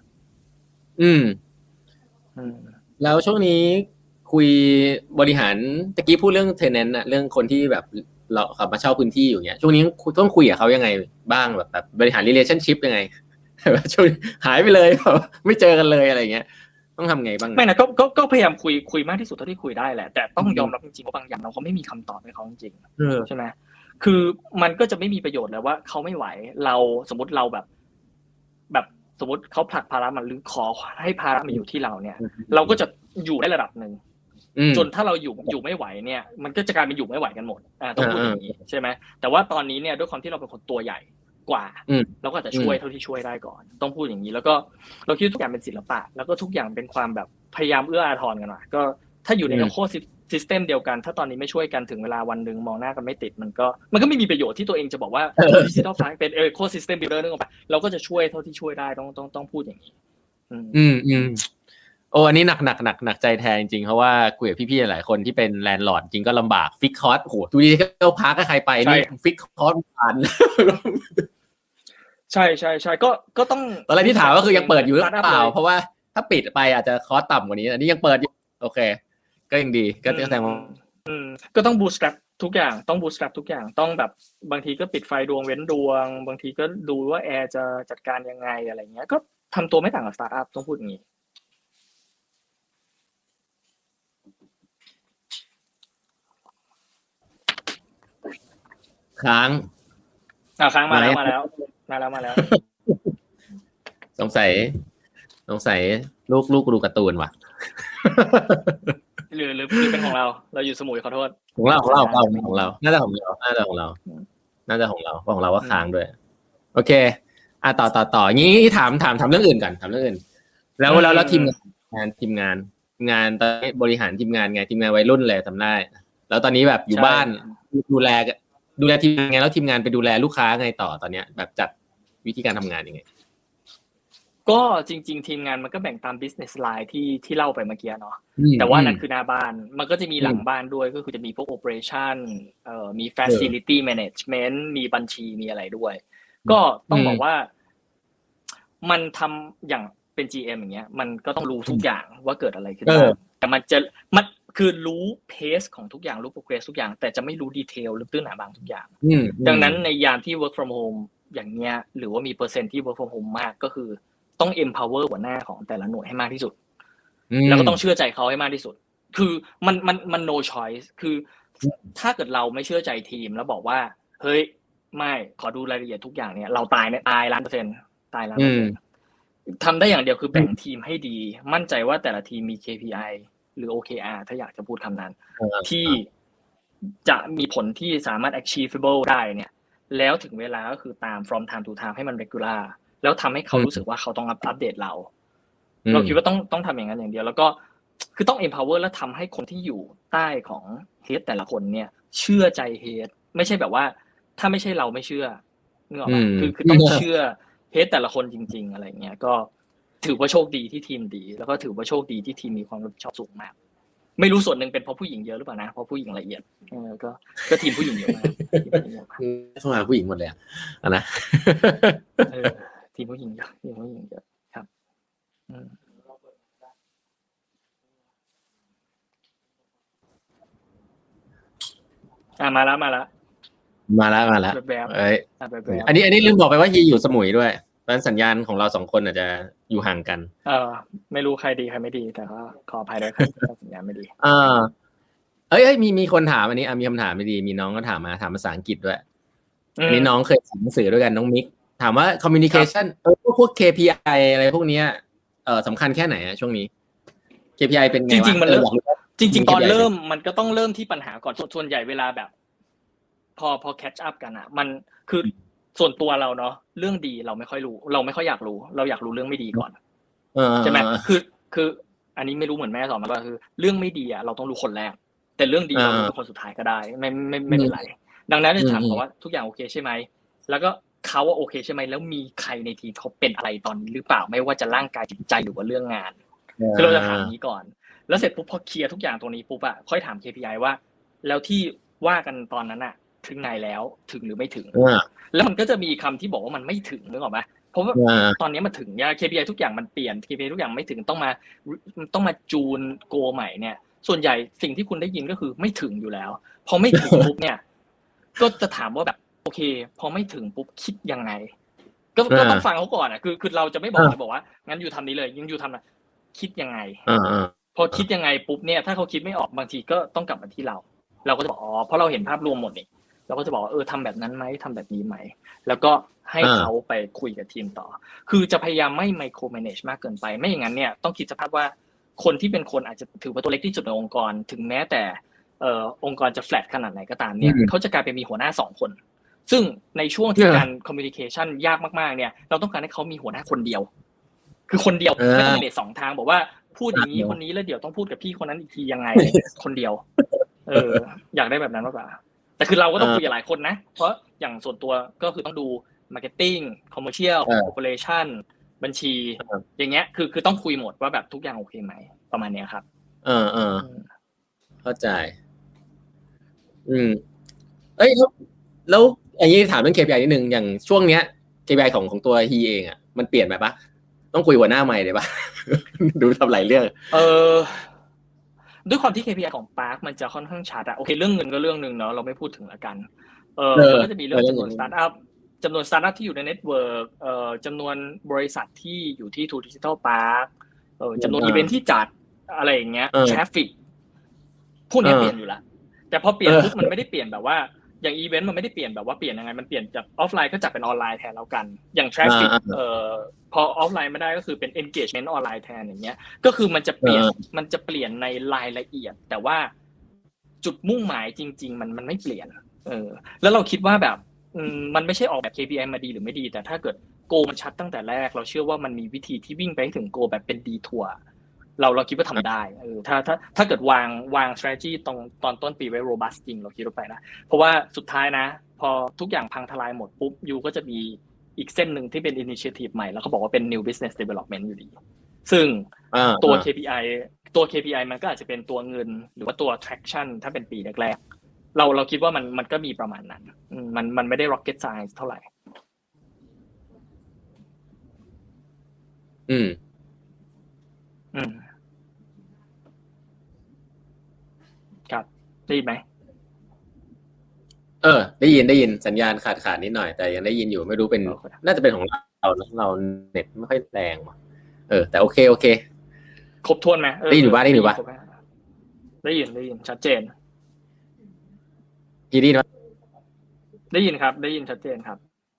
แล้วช่วงนี้คุยบริหารตะกี้พูดเรื่อง tenant น่ะเรื่องคนที่แบบเราขับมาเช่าพื้นที่อยู่เงี้ยช่วงนี้ต้องคุยกับเขายังไงบ้างแบบบริหาร relationship ยังไงช่วงหายไปเลยไม่เจอกันเลยอะไรเงี้ยต้องทำไงบ้างไม่นะก็พยายามคุยมากที่สุดเท่าที่คุยได้แหละแต่ต้องยอมรับจริงๆว่าบางอย่างเราก็ไม่มีคำตอบให้เขาจริงใช่ไหมคือมันก็จะไม่มีประโยชน์เลยว่าเขาไม่ไหวเราสมมติเราแบบสมมติเขาผลักภาระมันหรือขอให้ภาระมาอยู่ที่เราเนี่ยเราก็จะอยู่ได้ระดับนึงจนถ้าเราอยู่ไม่ไหวเนี่ยมันก็จะกลายเป็นอยู่ไม่ไหวกันหมดต้องพูดอย่างนี้ใช่ไหมแต่ว่าตอนนี้เนี่ยด้วยความที่เราเป็นคนตัวใหญ่กว่าเราก็อาจจะช่วยเท่าที่ช่วยได้ก่อนต้องพูดอย่างนี้แล้วก็เราคิดทุกอย่างเป็นศิลปะแล้วก็ทุกอย่างเป็นความแบบพยายามเอื้ออาทรกันหน่อยก็ถ้าอยู่ในโค้ดซิสเต็มเดียวกันถ้าตอนนี้ไม่ช่วยกันถึงเวลาวันนึงมองหน้ากันไม่ติดมันก็ไม่มีประโยชน์ที่ตัวเองจะบอกว่าดิจิทัลไฟเป็นโค้ดซิสเต็มบิลดเออร์นึกออกปะเราก็จะช่วยเท่าที่ช่วยได้ต้องพูดอย่างนี้โอ้อันนี้หนักใจแทนจริงเพราะว่าคุยกับพี่ๆหลายคนที่เป็นแลนด์ลอร์ดจริงก็ลำบากฟิกคอร์สโหดูดิเข้าพาร์คใครไปนี่ฟิกคอร์สผ่านใช่ก็ต้องตอนแรกที่ถามก็คือยังเปิดอยู่หรือเปล่าเพราะว่าถ้าปิดไปอาจจะคอร์สต่ำกว่านี้อันนี้ยังเปิดอยู่โอเคก็ยังดีก็แสดงว่าก็ต้องบูสต์แตรปทุกอย่างต้องบูสต์แตรปทุกอย่างต้องแบบบางทีก็ปิดไฟดวงเว้นดวงบางทีก็ดูว่าแอร์จะจัดการยังไงอะไรเงี้ยก็ทำตัวไม่ต่างกับสตาร์ทอัพต้องพูดอย่างนี้ค้างมาแล้วสงสัยลูกดูการ์ตูนว่ะหรือเป็นของเราอยู่สมุยขอโทษของเราน่าจะของเราว่าค้างด้วยโอเคต่องี้ถามเรื่องอื่นก่อนถามเรื่องอื่นแล้วทีมงานตอนนี้บริหารทีมงานไงทีมงานวัยรุ่นเลยทำได้แล้วตอนนี้แบบอยู่บ้านดูแลทีมงานไงแล้วทีมงานไปดูแลลูกค้าไงต่อตอนเนี้ยแบบจัดวิธีการทำงานยังไงก็จริงๆทีมงานมันก็แบ่งตาม business line ที่เล่าไปเมื่อกี้เนาะแต่ว่านั่นคือหน้าบ้านมันก็จะมีหลังบ้านด้วยก็คือจะมีพวก operation มี facility management มีบัญชีมีอะไรด้วยก็ต้องบอกว่ามันทำอย่างเป็น GM อย่างเงี้ยมันก็ต้องรู้ทุกอย่างว่าเกิดอะไรขึ้นบ้างแต่มันคือรู้เพสของทุกอย่างรู้ progress ทุกอย่างแต่จะไม่รู้ดีเทลลึกตื้นหนาบางทุกอย่างดังนั้นในยามที่ work from home อย่างเงี้ยหรือว่ามีเปอร์เซ็นต์ที่ work from home มากก็คือต้อง empower หัวหน้าของแต่ละหน่วยให้มากที่สุดแล้วก็ต้องเชื่อใจเขาให้มากที่สุดคือมัน no choice คือถ้าเกิดเราไม่เชื่อใจทีมแล้วบอกว่าเฮ้ยไม่ขอดูรายละเอียดทุกอย่างเนี่ยเราตายเนี่ยตาย100%ตาย100%ทำได้อย่างเดียวคือแบ่งทีมให้ดีมั่นใจว่าแต่ละทีมมี KPI หรือ OKR ถ้าอยากจะพูดคำนั้นที่จะมีผลที่สามารถ achievable ได้เนี่ยแล้วถึงเวลาก็คือตาม from time to time ให้มัน regular แล้วทำให้เขารู้สึกว่าเขาต้องอัปเดตเราคิดว่าต้องทำอย่างนั้นอย่างเดียวแล้วก็คือต้อง empower แล้วทำให้คนที่อยู่ใต้ของ head แต่ละคนเนี่ยเชื่อใจ head ไม่ใช่แบบว่าถ้าไม่ใช่เราไม่เชื่อนึกออกป่ะคือต้องเชื่อ head แต่ละคนจริงๆอะไรเงี้ยก็ถือว่าโชคดีที่ทีมดีแล้วก็ถือว่าโชคดีที่ทีมมีความรับผิดชอบสูงมากไม่รู้ส่วนหนึ่งเป็นเพราะผู้หญิงเยอะหรือเปล่านะเพราะผู้หญิงละเอียดก็ทีมผู้หญิงเยอะมากเข้ามาผู้หญิงหมดเลยอ่ะนะทีมผู้หญิงเยอะครับมาแล้วเอ้ยอันนี้ลืมบอกไปว่าฮีอยู่สมุยด้วยเพราะฉะนั้นสัญญาณของเรา2คนอาจจะอยู่ห่างกันไม่รู้ใครดีใครไม่ดีแต่ก็ขออภัยด้วยครับสัญญาณไม่ดีมีคนถามอันนี้มีคำถามไม่ดีมีน้องก็ถามภาษาอังกฤษด้วยอันนี้น้องเคยอ่านหนังสือด้วยกันน้องมิกถามว่า communication พวก KPI อะไรพวกนี้สำคัญแค่ไหนช่วงนี้ KPI เป็นไงจริงๆมันเริ่มจริงๆตอนเริ่มมันก็ต้องเริ่มที่ปัญหาก่อนส่วนใหญ่เวลาแบบพอ catch up กันอ่ะมันคือส่วนตัวเราเนาะเรื่องดีเราไม่ค่อยรู้เราไม่ค่อยอยากรู้เราอยากรู้เรื่องไม่ดีก่อนใช่ไหมคืออันนี้ไม่รู้เหมือนแม่สอนมาว่าคือเรื่องไม่ดีอ่ะเราต้องรู้คนแรกแต่เรื่องดีเรารู้คนสุดท้ายก็ได้ไม่เป็นไรดังนั้นจะถามเขาว่าทุกอย่างโอเคใช่ไหมแล้วก็เขาว่าโอเคใช่ไหมแล้วมีใครในทีมเขาเป็นอะไรตอนนี้หรือเปล่าไม่ว่าจะร่างกายจิตใจหรือว่าเรื่องงานคือเราจะถามนี้ก่อนแล้วเสร็จปุ๊บพอเคลียร์ทุกอย่างตรงนี้ปุ๊บอะค่อยถาม KPI ว่าแล้วที่ว่ากันตอนนั้นอะถึงไหนแล้วถึงหรือไม่ถึงแล้วมันก็จะมีคำที่บอกว่ามันไม่ถึงนึกออกไหมเพราะว่าตอนนี้มันถึงเนี่ย KPI ทุกอย่างมันเปลี่ยน KPI ทุกอย่างไม่ถึงต้องมาจูนโกใหม่เนี่ยส่วนใหญ่สิ่งที่คุณได้ยินก็คือไม่ถึงอยู่แล้วพอไม่ถึงปุ๊บเนี่ยก็จะถามว่าแบบโอเคพอไม่ถึงปุ๊บคิดยังไงก็ต้องฟังเขาก่อนอ่ะคือเราจะไม่บอกว่างั้นอยู่ทำนี้เลยยังอยู่ทำนะคิดยังไงพอคิดยังไงปุ๊บเนี่ยถ้าเขาคิดไม่ออกบางทีก็ต้องกลับมาที่เราก็จะบอกเพราะเราเห็นภาพรวมหมดนี่เราก็จะบอกว่าทำแบบนั้นไหมทำแบบนี้ไหมแล้วก็ให้เขาไปคุยกับทีมต่อคือจะพยายามไม่ไมโครแมเนจมากเกินไปไม่อย่างนั้นเนี่ยต้องคิดสภาพว่าคนที่เป็นคนอาจจะถือว่าตัวเล็กที่สุดในองค์กรถึงแม้แต่องค์กรจะแฟลตขนาดไหนก็ตามเนี่ยเขาจะกลายเป็นมีหัวหน้า2คนซึ่งในช่วงที่การคอมมิวนิเคชันยากมากๆเนี่ยเราต้องการให้เขามีหัวหน้าคนเดียวคือคนเดียวไม่ต้องเมน2ทางบอกว่าพูดอย่างนี้คนนี้แล้วเดี๋ยวต้องพูดกับพี่คนนั้นอีกทียังไงคนเดียวอยากได้แบบนั้นมากกว่าแต่คือเราก็ต้องคุยกับหลายคนนะเพราะอย่างส่วนตัวก็คือต้องดู marketing commercial operation บัญชีอย่างเงี้ยคือต้องคุยหมดว่าแบบทุกอย่างโอเคไหมประมาณเนี้ยครับเข้าใจแล้วอันนี้ถามเรื่อง KPI นิดนึงอย่างช่วงเนี้ย KPI ของตัวฮีเองอ่ะมันเปลี่ยนไปปะต้องคุยหัวหน้าใหม่เลยปะดูทำหลายเรื่องด้วยความที่ KPI ของ Park มันจะค่อนข้างชัดอะโอเคเรื่องเงินก็เรื่องนึงเนาะเราไม่พูดถึงละกันมันก็จะมีเรื่องจำนวนสตาร์ทอัพที่อยู่ในเน็ตเวิร์กจำนวนบริษัทที่อยู่ที่ True Digital Park จำนวนอีเวนท์ที่จัดอะไรอย่างเงี้ยทราฟฟิกพวกนี้เปลี่ยนอยู่แล้วแต่พอเปลี่ยนปุ๊บมันไม่ได้เปลี่ยนแบบว่าอย่างอีเวนต์มันไม่ได้เปลี่ยนแบบว่าเปลี่ยนยังไงมันเปลี่ยนจากออฟไลน์ก็จัดเป็นออนไลน์แทนแล้วกันอย่างทราฟฟิกพอออฟไลน์ไม่ได้ก็คือเป็น engagement ออนไลน์แทนอย่างเงี้ยก็คือมันจะเปลี่ยนในรายละเอียดแต่ว่าจุดมุ่งหมายจริงๆมันไม่เปลี่ยนแล้วเราคิดว่าแบบมันไม่ใช่ออกแบบ KPI มาดีหรือไม่ดีแต่ถ้าเกิดโกมันชัดตั้งแต่แรกเราเชื่อว่ามันมีวิธีที่วิ่งไปถึงโกแบบเป็นดีทัวร์เราคิดว่าทำได้ถ้าเกิดวาง strategy ตอนต้นปีไว้ robust จริงเราคิดว่าไปนะเพราะว่าสุดท้ายนะพอทุกอย่างพังทลายหมดปุ๊บยูก็จะมีอีกเส้นหนึ่งที่เป็น initiative ใหม่แล้วเขาบอกว่าเป็น new business development อยู่ดีซึ่งตัว KPI มันก็อาจจะเป็นตัวเงินหรือว่าตัว traction ถ้าเป็นปีแรกๆเราคิดว่ามันก็มีประมาณนั้นมันไม่ได้ rocket science เท่าไหร่ครับได้ยินไหมได้ยินสัญญาณขาดนิดหน่อยแต่ยังได้ยินอยู่ไม่รู้เป็นน่าจะเป็นของเราเราเน็ตไม่ค่อยแรงว่ะแต่โอเคครบถ้วนไหมได้ยินอยู่บ้างได้ยินชัดเจนพี่ได้ยินไหมได้ยินครับได้ยินชัดเจนครับ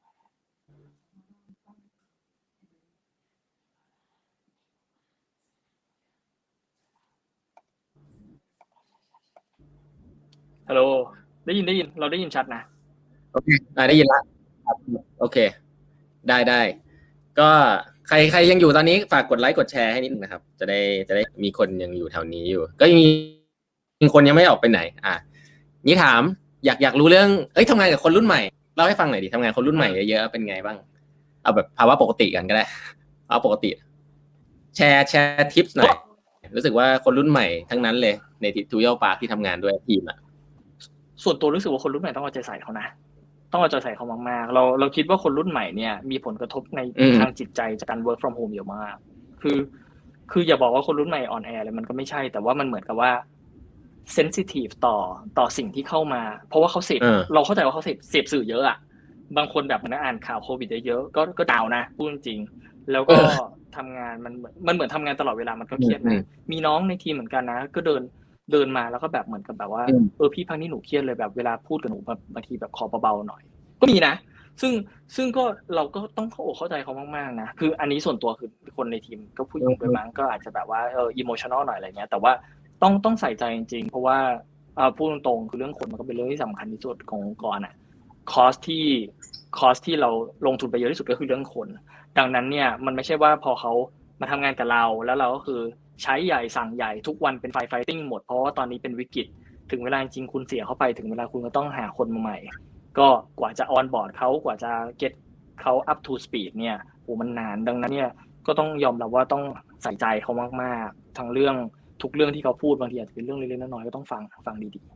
ฮัลโหลได้ยินเราได้ยินชัดนะโอเคได้ยินละโอเคได้ก็ใครยังอยู่ตอนนี้ฝากกดไลค์กดแชร์ให้นิดนึงนะครับจะได้มีคนยังอยู่แถวนี้อยู่ก็มีคนยังไม่ออกไปไหนนี่ถามอยากรู้เรื่องทำงานกับคนรุ่นใหม่เล่าให้ฟังหน่อยดิทำงานคนรุ่นใหม่เยอะๆเป็นไงบ้างเอาแบบภาวะปกติกันก็ได้เอาปกติแชร์ทิปส์หน่อยรู้สึกว่าคนรุ่นใหม่ทั้งนั้นเลยในTutorial Parkที่ทำงานด้วยทีมส่วนตัวรู้สึกว่าคนรุ่นใหม่ต้องเอาใจใส่เขานะต้องเอาใจใส่เขามากๆเราคิดว่าคนรุ่นใหม่เนี่ยมีผลกระทบในทางจิตใจจากการ work from home เยอะมากคืออย่าบอกว่าคนรุ่นใหม่อ่อนแอเลยมันก็ไม่ใช่แต่ว่ามันเหมือนกับว่า sensitive ต่อสิ่งที่เข้ามาเพราะว่าเขาเสพเราเข้าใจว่าเขาเสพสื่อเยอะอ่ะบางคนแบบมันอ่านข่าวโควิดเยอะก็ดาวนะพูดจริงแล้วก็ทำงานมันเหมือนทำงานตลอดเวลามันก็เครียดนะมีน้องในทีมเหมือนกันนะก็เดินมาแล้วก็แบบเหมือนกับแบบว่าพี่พักนี้หนูเครียดเลยแบบเวลาพูดกับหนูบางทีแบบขอเบาๆหน่อยก็มีนะซึ่งก็เราก็ต้องเข้าใจเขามากๆนะคืออันนี้ส่วนตัวคือคนในทีมก็ผู้หญิงด้วยมั้งก็อาจจะแบบว่าemotional หน่อยอะไรเงี้ยแต่ว่าต้องใส่ใจจริงๆเพราะว่าพูดตรงๆคือเรื่องคนมันก็เป็นเรื่องที่สำคัญที่สุดขององค์กรอ่ะคอสที่เราลงทุนไปเยอะที่สุดก็คือเรื่องคนดังนั้นเนี่ยมันไม่ใช่ว่าพอเขามาทำงานกับเราแล้วเราก็คือใช้ใหญ่สั่งใหญ่ทุกวันเป็นไฟท์ติ้งหมดเพราะว่าตอนนี้เป็นวิกฤตถึงเวลาจริงคุณเสียเข้าไปถึงเวลาคุณก็ต้องหาคนมาใหม่ก็กว่าจะออนบอร์ดเขากว่าจะ get เขา up to speed เนี่ยโหมันนานดังนั้นเนี่ยก็ต้องยอมรับว่าต้องใส่ใจเขามากๆทั้งเรื่องทุกเรื่องที่เขาพูดบางทีอาจจะเป็นเรื่องเล็กๆน้อยๆก็ต้องฟังดี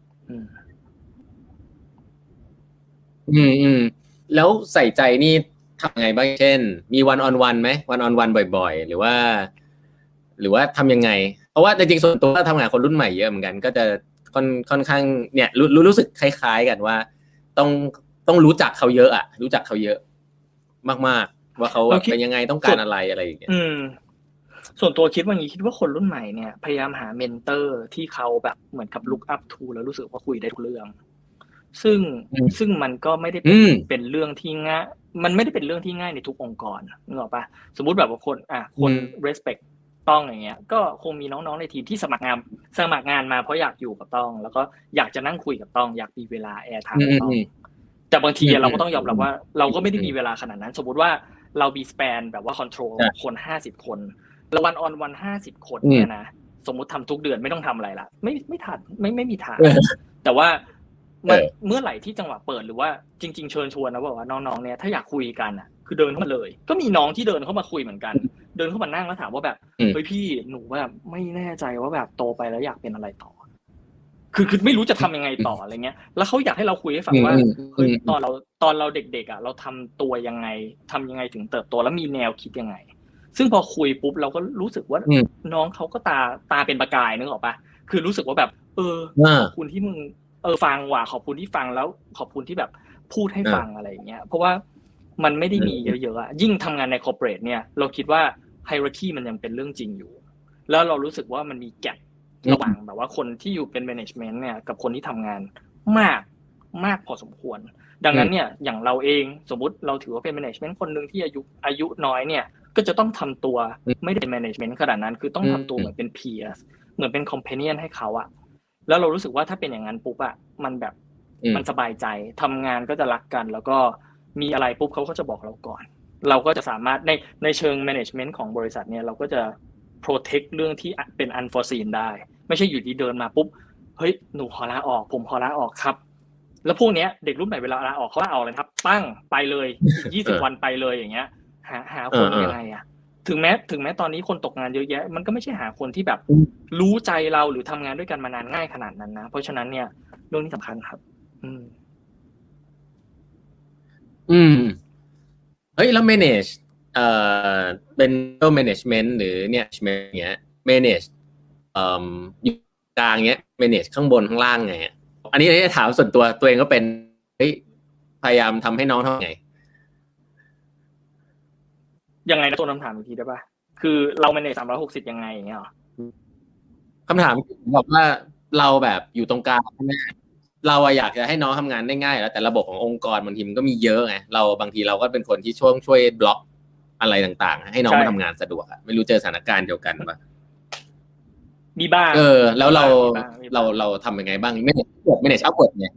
ๆแล้วใส่ใจนี่ทำไงบ้างเช่นมีวันออนวันไหมวันออนวันบ่อยๆหรือว่าทำยังไงเพราะว่าจริงๆส่วนตัวทำงานคนรุ่นใหม่เยอะเหมือนกันก็จะค่อนข้างเนี่ยรู้สึกคล้ายๆกันว่าต้องรู้จักเขาเยอะอ่ะรู้จักเขาเยอะมากๆว่าเขาเป็นยังไงต้องการอะไรอย่างเงี้ยส่วนตัวคิดว่าคนรุ่นใหม่เนี่ยพยายามหาเมนเตอร์ที่เขาแบบเหมือนกับ look up to แล้วรู้สึกว่าคุยได้ทุกเรื่องซึ่งมันก็ไม่ได้เป็นเรื่องที่ง่ายมันไม่ได้เป็นเรื่องที่ง่ายในทุกองค์กรนึกออกปะสมมุติแบบว่าคน respect ต้องอย่างเงี้ยก็คงมีน้องๆในทีมที่สมัครงานมาเพราะอยากอยู่กับต้องแล้วก็อยากจะนั่งคุยกับต้องอยากมีเวลาแอร์ไทม์กับต้องแต่บางทีเราก็ต้องยอมรับว่าเราก็ไม่ได้มีเวลาขนาดนั้นสมมุติว่าเรามีสเปนแบบว่าคอนโทรลคน50คนแล้ววันออนวัน50คนเนี่ยนะสมมุติทำทุกเดือนไม่ต้องทำอะไรละไม่ทันไม่มีทางแต่ว่ามันเมื่อไหร่ที่จังหวะเปิดหรือว่าจริงๆเชิญชวนนะบอกว่าน้องๆเนี่ยถ้าอยากคุยกันอ่ะคือเดินเข้ามาเลยก็มีน้องที่เดินเข้ามาคุยเหมือนกันเดินเข้ามานั่งแล้วถามว่าแบบเฮ้ยพี่หนูแบบไม่แน่ใจว่าแบบโตไปแล้วอยากเป็นอะไรต่อคือไม่รู้จะทำยังไงต่ออะไรเงี้ยแล้วเขาอยากให้เราคุยให้ฟังว่าเฮ้ยตอนเราเด็กๆอ่ะเราทำตัวยังไงทำยังไงถึงเติบโตแล้วมีแนวคิดยังไงซึ่งพอคุยปุ๊บเราก็รู้สึกว่าน้องเขาก็ตาเป็นประกายนึกออกปะคือรู้สึกว่าแบบขอบคุณที่มึงฟังว่ะขอบคุณที่ฟังแล้วขอบคุณที่แบบพูดให้ฟังอะไรอย่างเงี้ยเพราะว่ามันไม่ได้มีเยอะๆอ่ะยิ่งทำงานในคอร์ปอเรทเนี่ยเราคิดว่าไฮรัคีมันยังเป็นเรื่องจริงอยู่แล้วเรารู้สึกว่ามันมีแกประหว่างแบบว่าคนที่อยู่เป็นแมネจเมนต์เนี่ยกับคนที่ทำงานมากพอสมควรดังนั้นเนี่ยอย่างเราเองสมมุติเราถือว่าเป็นแมネจเมนต์คนนึงที่อายุน้อยเนี่ยก็จะต้องทำตัวไม่ได้เป็นแมネจเมนต์ขนาดนั้นคือต้องทำตัวเหมือนเป็น peers เหมือนเป็น companion ให้เขาอะแล้วเรารู้สึกว่าถ้าเป็นอย่างนั้นปุ๊บอะมันแบบมันสบายใจทำงานก็จะรักกันแล้วก็มีอะไรปุ๊บเขาก็จะบอกเราก่อนเราก็จะสามารถในเชิง management ของบริษัทเนี่ยเราก็จะ protect เรื่องที่เป็น unforeseen ได้ไม่ใช่อยู่ดีเดินมาปุ๊บเฮ้ยหนูขอลาออกผมขอลาออกครับแล้วพวกเนี้ยเด็กรุ่นใหม่เวลาลาออกเขาลาออกเลยครับปั้งไปเลยอีก20วันไปเลยอย่างเงี้ยหาคนยังไงอะถึงแม้ตอนนี้คนตกงานเยอะแยะมันก็ไม่ใช่หาคนที่แบบรู้ใจเราหรือทำงานด้วยกันมานานง่ายขนาดนั้นนะเพราะฉะนั้นเนี่ยเรื่องนี้สำคัญครับเฮ้ยแล้ว manage เป็น management หรือเนี่ย management เงี้ย manage อยู่กลางเงี้ย manage ข้างบนข้างล่างไงอันนี้จะถามส่วนตัวเองก็เป็นพยายามทำให้น้องทำไงยังไงนะตัวคำถามอีกทีได้ป่ะคือเรา manage 360ยังไงอย่างเงี้ยหรอคำถามบอกว่าเราแบบอยู่ตรงกลางใช่ไหมเราอยากจะให้น้องทำงานได้ง่ายแล้วแต่ระบบขององค์กรบางทีมันก็มีเยอะไงเราบางทีเราก็เป็นคนที่ช่วยบล็อกอะไรต่างๆให้น้องมาทำงานสะดวกไม่รู้เจอสถานการณ์เดียวกันป่ะมีบ้างแล้วเราทำยังไงบ้างไม่เนจเอากดเนี่ย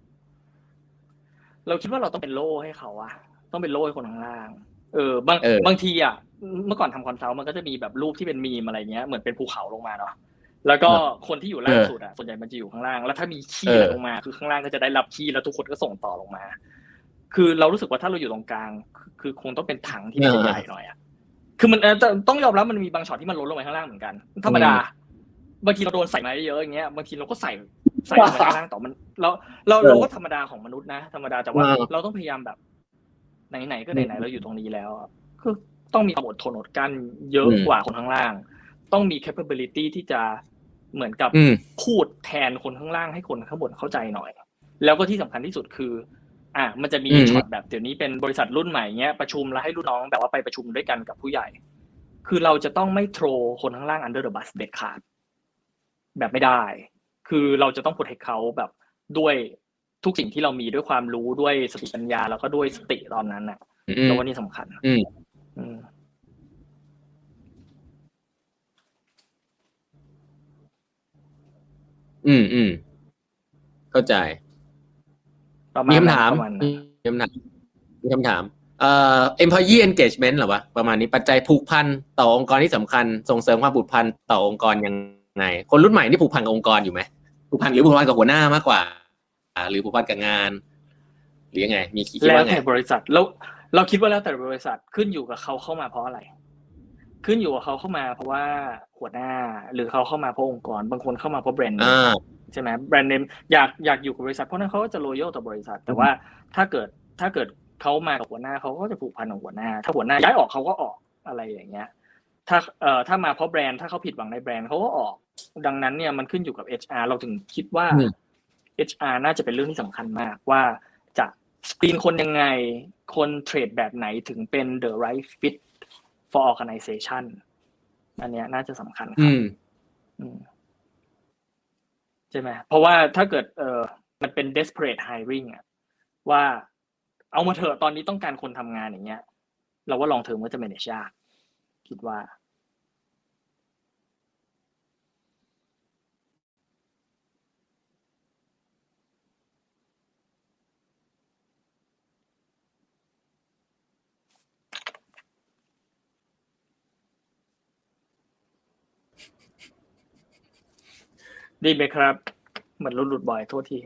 เราคิดว่าเราต้องเป็นโล่ให้เขาอะต้องเป็นโล่ให้คนข้างล่างบางทีอะเมื่อก่อนทำคอนซัลท์มันก็จะมีแบบรูปที่เป็นมีมอะไรเงี้ยเหมือนเป็นภูเขาลงมาเนาะแล้วก็คนที่อยู่ล่างสุดอะส่วนใหญ่มันจะอยู่ข้างล่างแล้วถ้ามีขี้ลงมาคือข้างล่างก็จะได้รับขี้แล้วทุกคนก็ส่งต่อลงมาคือเรารู้สึกว่าถ้าเราอยู่ตรงกลางคือคงต้องเป็นถังที่ใหญ่หน่อยอะคือมันต้องยอมรับมันมีบางช็อตที่มันล้นลงไปข้างล่างเหมือนกันธรรมดาบางทีเราโดนใส่มาเยอะอย่างเงี้ยบางทีเราก็ใส่ลงไปข้างล่างต่อมันเราก็ธรรมดาของมนุษย์นะธรรมดาแต่ว่าเราต้องพยายามแบบไหนก็ไหนเราอยู่ตรงนี้แล้วคือต้องมีความอดทนอดกั้นเยอะกว่าคนข้างล่างต้องมี capability ที่จะเหมือนกับพูดแทนคนข้างล่างให้คนข้างบนเข้าใจหน่อยแล้วก็ที่สำคัญที่สุดคือมันจะมีช็อตแบบเดี๋ยวนี้เป็นบริษัทรุ่นใหม่เงี้ยประชุมแล้วให้รุ่นน้องแบบว่าไปประชุมด้วยกันกับผู้ใหญ่คือเราจะต้องไม่โทรคนข้างล่าง under the bus เด็ดขาดแบบไม่ได้คือเราจะต้อง protect เขาแบบด้วยทุกสิ่งที่เรามีด้วยความรู้ด้วยสติปัญญาแล้วก็ด้วยสติตอนนั้นน่ะเราว่านี่สำคัญเข้าใจมีคำถามemployee engagement เหรอวะประมาณนี้ปัจจัยผูกพันต่อองค์กรที่สำคัญส่งเสริมความผูกพันต่อองค์กรยังไงคนรุ่นใหม่นี่ผูกพันกับองค์กรอยู่ไหมผูกพันหรือผูกพันกับหัวหน้ามากกว่าหรือผูกพันกับงานหรือยังไงมีคิดว่าไงแล้วแต่บริษัทเราคิดว่าแล้วแต่บริษัทขึ้นอยู่กับเขาเข้ามาเพราะอะไรขึ้นอยู่กับเขาเข้ามาเพราะว่าหัวหน้าหรือเขาเข้ามาเพราะองค์กรบางคนเข้ามาเพราะแบรนด์เนมใช่ไหมแบรนด์เนมอยากอยู่กับบริษัทเพราะนั้นเขาก็จะ loyal ต่อบริษัทแต่ว่าถ้าเกิดเขามากับหัวหน้าเขาก็จะผูกพันกับหัวหน้าถ้าหัวหน้าย้ายออกเขาก็ออกอะไรอย่างเงี้ยถ้ามาเพราะแบรนด์ถ้าเขาผิดหวังในแบรนด์เขาก็ออกดังนั้นเนี่ยมันขึ้นอยู่กับ HR เราถึงคิดว่า HR น่าจะเป็นเรื่องที่สำคัญมากว่าจะสกรีนคนยังไงคนเทรดแบบไหนถึงเป็น the right fit for organization อันเนี้ยน่าจะสำคัญครับใช่ไหมเพราะว่าถ้าเกิดมันเป็น desperate hiring อ่ะว่าเอามาเถอะตอนนี้ต้องการคนทำงานอย่างเงี้ยเราว่า long term ก็จะ manage ยากคิดว่าดีไหมครับเหมือนหลุดบ่อยโทษที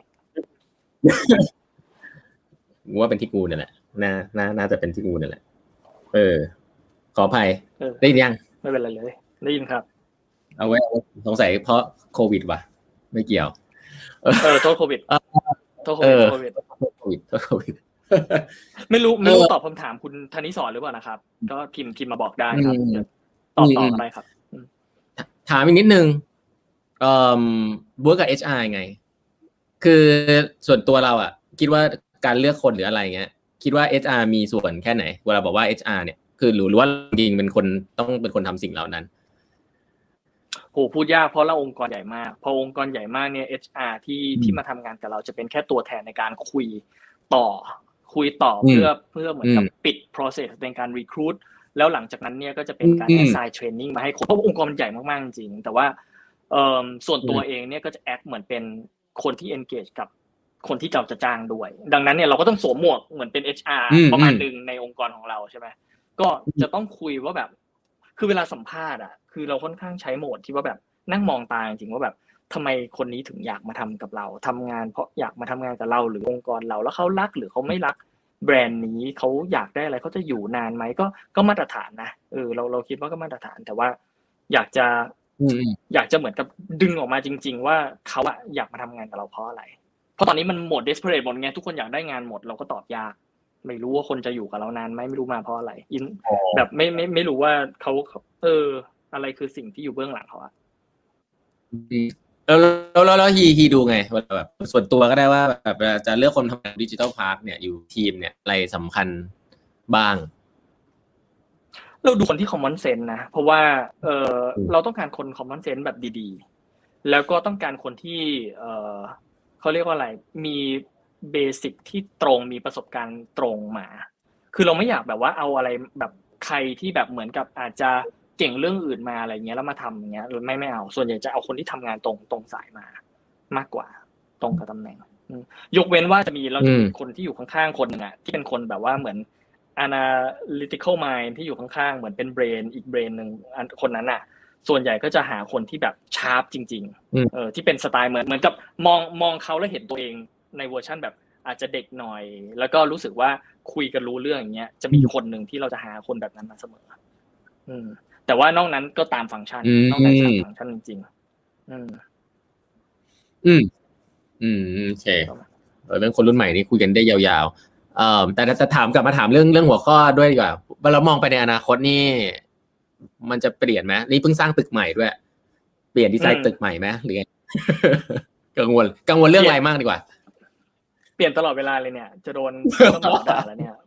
ว่าเป็นที่กูนั่นแหละน่าจะเป็นที่กูนั่นแหละขออภัยได้ยินยังไม่เป็นไรเลยได้ยินครับเอาไว้สงสัยเพราะโควิดว่ะไม่เกี่ยวโทษโควิดไม่รู้ตอบคำถามคุณธนิสรหรือเปล่านะครับก็พิมพ์มาบอกได้ครับตอบก็ได้ครับถามอีกนิดนึงwork กับ HR ไงคือส่วนตัวเราอ่ะคิดว่าการเลือกคนหรืออะไรเงี้ยคิดว่า HR มีส่วนแค่ไหนเวลาบอกว่า HR เนี่ยคือหรือว่าจริงเป็นคนต้องเป็นคนทำสิ่งเหล่านั้นโหพูดยากเพราะเราองค์กรใหญ่มากพอองค์กรใหญ่มากเนี่ย HR ที่มาทำงานกับเราจะเป็นแค่ตัวแทนในการคุยต่อเพื่อเหมือนกับปิด process ในการ recruit แล้วหลังจากนั้นเนี่ยก็จะเป็นการ assign training มาให้คนเพราะองค์กรมันใหญ่มากๆจริงแต่ว่าส่วนตัวเองเนี่ยก็จะ act เหมือนเป็นคนที่ engage กับคนที่เราจะจ้างด้วยดังนั้นเนี่ยเราก็ต้องสวมหมวกเหมือนเป็น HR ประมาณนึงในองค์กรของเราใช่ไหมก็จะต้องคุยว่าแบบคือเวลาสัมภาษณ์อ่ะคือเราค่อนข้างใช้โหมดที่ว่าแบบนั่งมองตาจริงๆว่าแบบทำไมคนนี้ถึงอยากมาทำกับเราทำงานเพราะอยากมาทำงานกับเราหรือองค์กรเราแล้วเขารักหรือเขาไม่รักแบรนด์นี้เขาอยากได้อะไรเขาจะอยู่นานไหมก็มาตรฐานนะเราคิดว่าก็มาตรฐานแต่ว่าอยากจะเหมือนกับดึงออกมาจริงๆว่าเขาอะอยากมาทำงานกับเราเพราะอะไรเพราะตอนนี้มันโหมด desperate หมดไงทุกคนอยากได้งานหมดเราก็ตอบยากไม่รู้ว่าคนจะอยู่กับเรานานไหมไม่รู้มาเพราะอะไรแบบไม่รู้ว่าเขาอะไรคือสิ่งที่อยู่เบื้องหลังเขาอะแล้วฮีดูไงแบบส่วนตัวก็ได้ว่าแบบจะเลือกคนทำงานดิจิทัลพาร์คเนี่ยอยู่ทีมเนี่ยอะไรสำคัญบ้างเราดูคนที่ common sense นะเพราะว่าเราต้องการคน common sense แบบดีๆแล้วก็ต้องการคนที่เขาเรียกว่าอะไรมีเบสิกที่ตรงมีประสบการณ์ตรงมาคือเราไม่อยากแบบว่าเอาอะไรแบบใครที่แบบเหมือนกับอาจจะเก่งเรื่องอื่นมาอะไรเงี้ยแล้วมาทำอย่างเงี้ยไม่เอาส่วนใหญ่จะเอาคนที่ทำงานตรงสายมามากกว่าตรงกับตำแหน่งยกเว้นว่าจะมีเราจะมีคนที่อยู่ข้างๆคนนึงอ่ะที่เป็นคนแบบว่าเหมือน analytical mind ที่อยู่ข้างๆเหมือนเป็น brain อีก brain นึงคนนั้นน่ะส่วนใหญ่ก็จะหาคนที่แบบชาร์ปจริงๆที่เป็นสไตล์เหมือนกับมองเขาแล้วเห็นตัวเองในเวอร์ชั่นแบบอาจจะเด็กหน่อยแล้วก็รู้สึกว่าคุยกันรู้เรื่องอย่างเงี้ยจะมีคนนึงที่เราจะหาคนแบบนั้นมาเสมอแต่ว่านอกนั้นก็ตามฟังก์ชันนอกนั้นตามฟังก์ชันจริงๆโอเคเรื่องคนรุ่นใหม่นี่คุยกันได้ยาวๆแต่จะถามกลับมาถามเรื่องหัวข้อด้วยดีกว่าเรามองไปในอนาคตนี่มันจะเปลี่ยนไหมนี่เพิ่งสร้างตึกใหม่ด้วยเปลี่ยนดีไซน์ตึกใหม่ไหมหรือไง กังวลเรื่องอะไรมากดีกว่าเปลี่ยนตลอดเวลาเลยเนี่ยจะโดนตำรวจด่าแล้วเนี่ย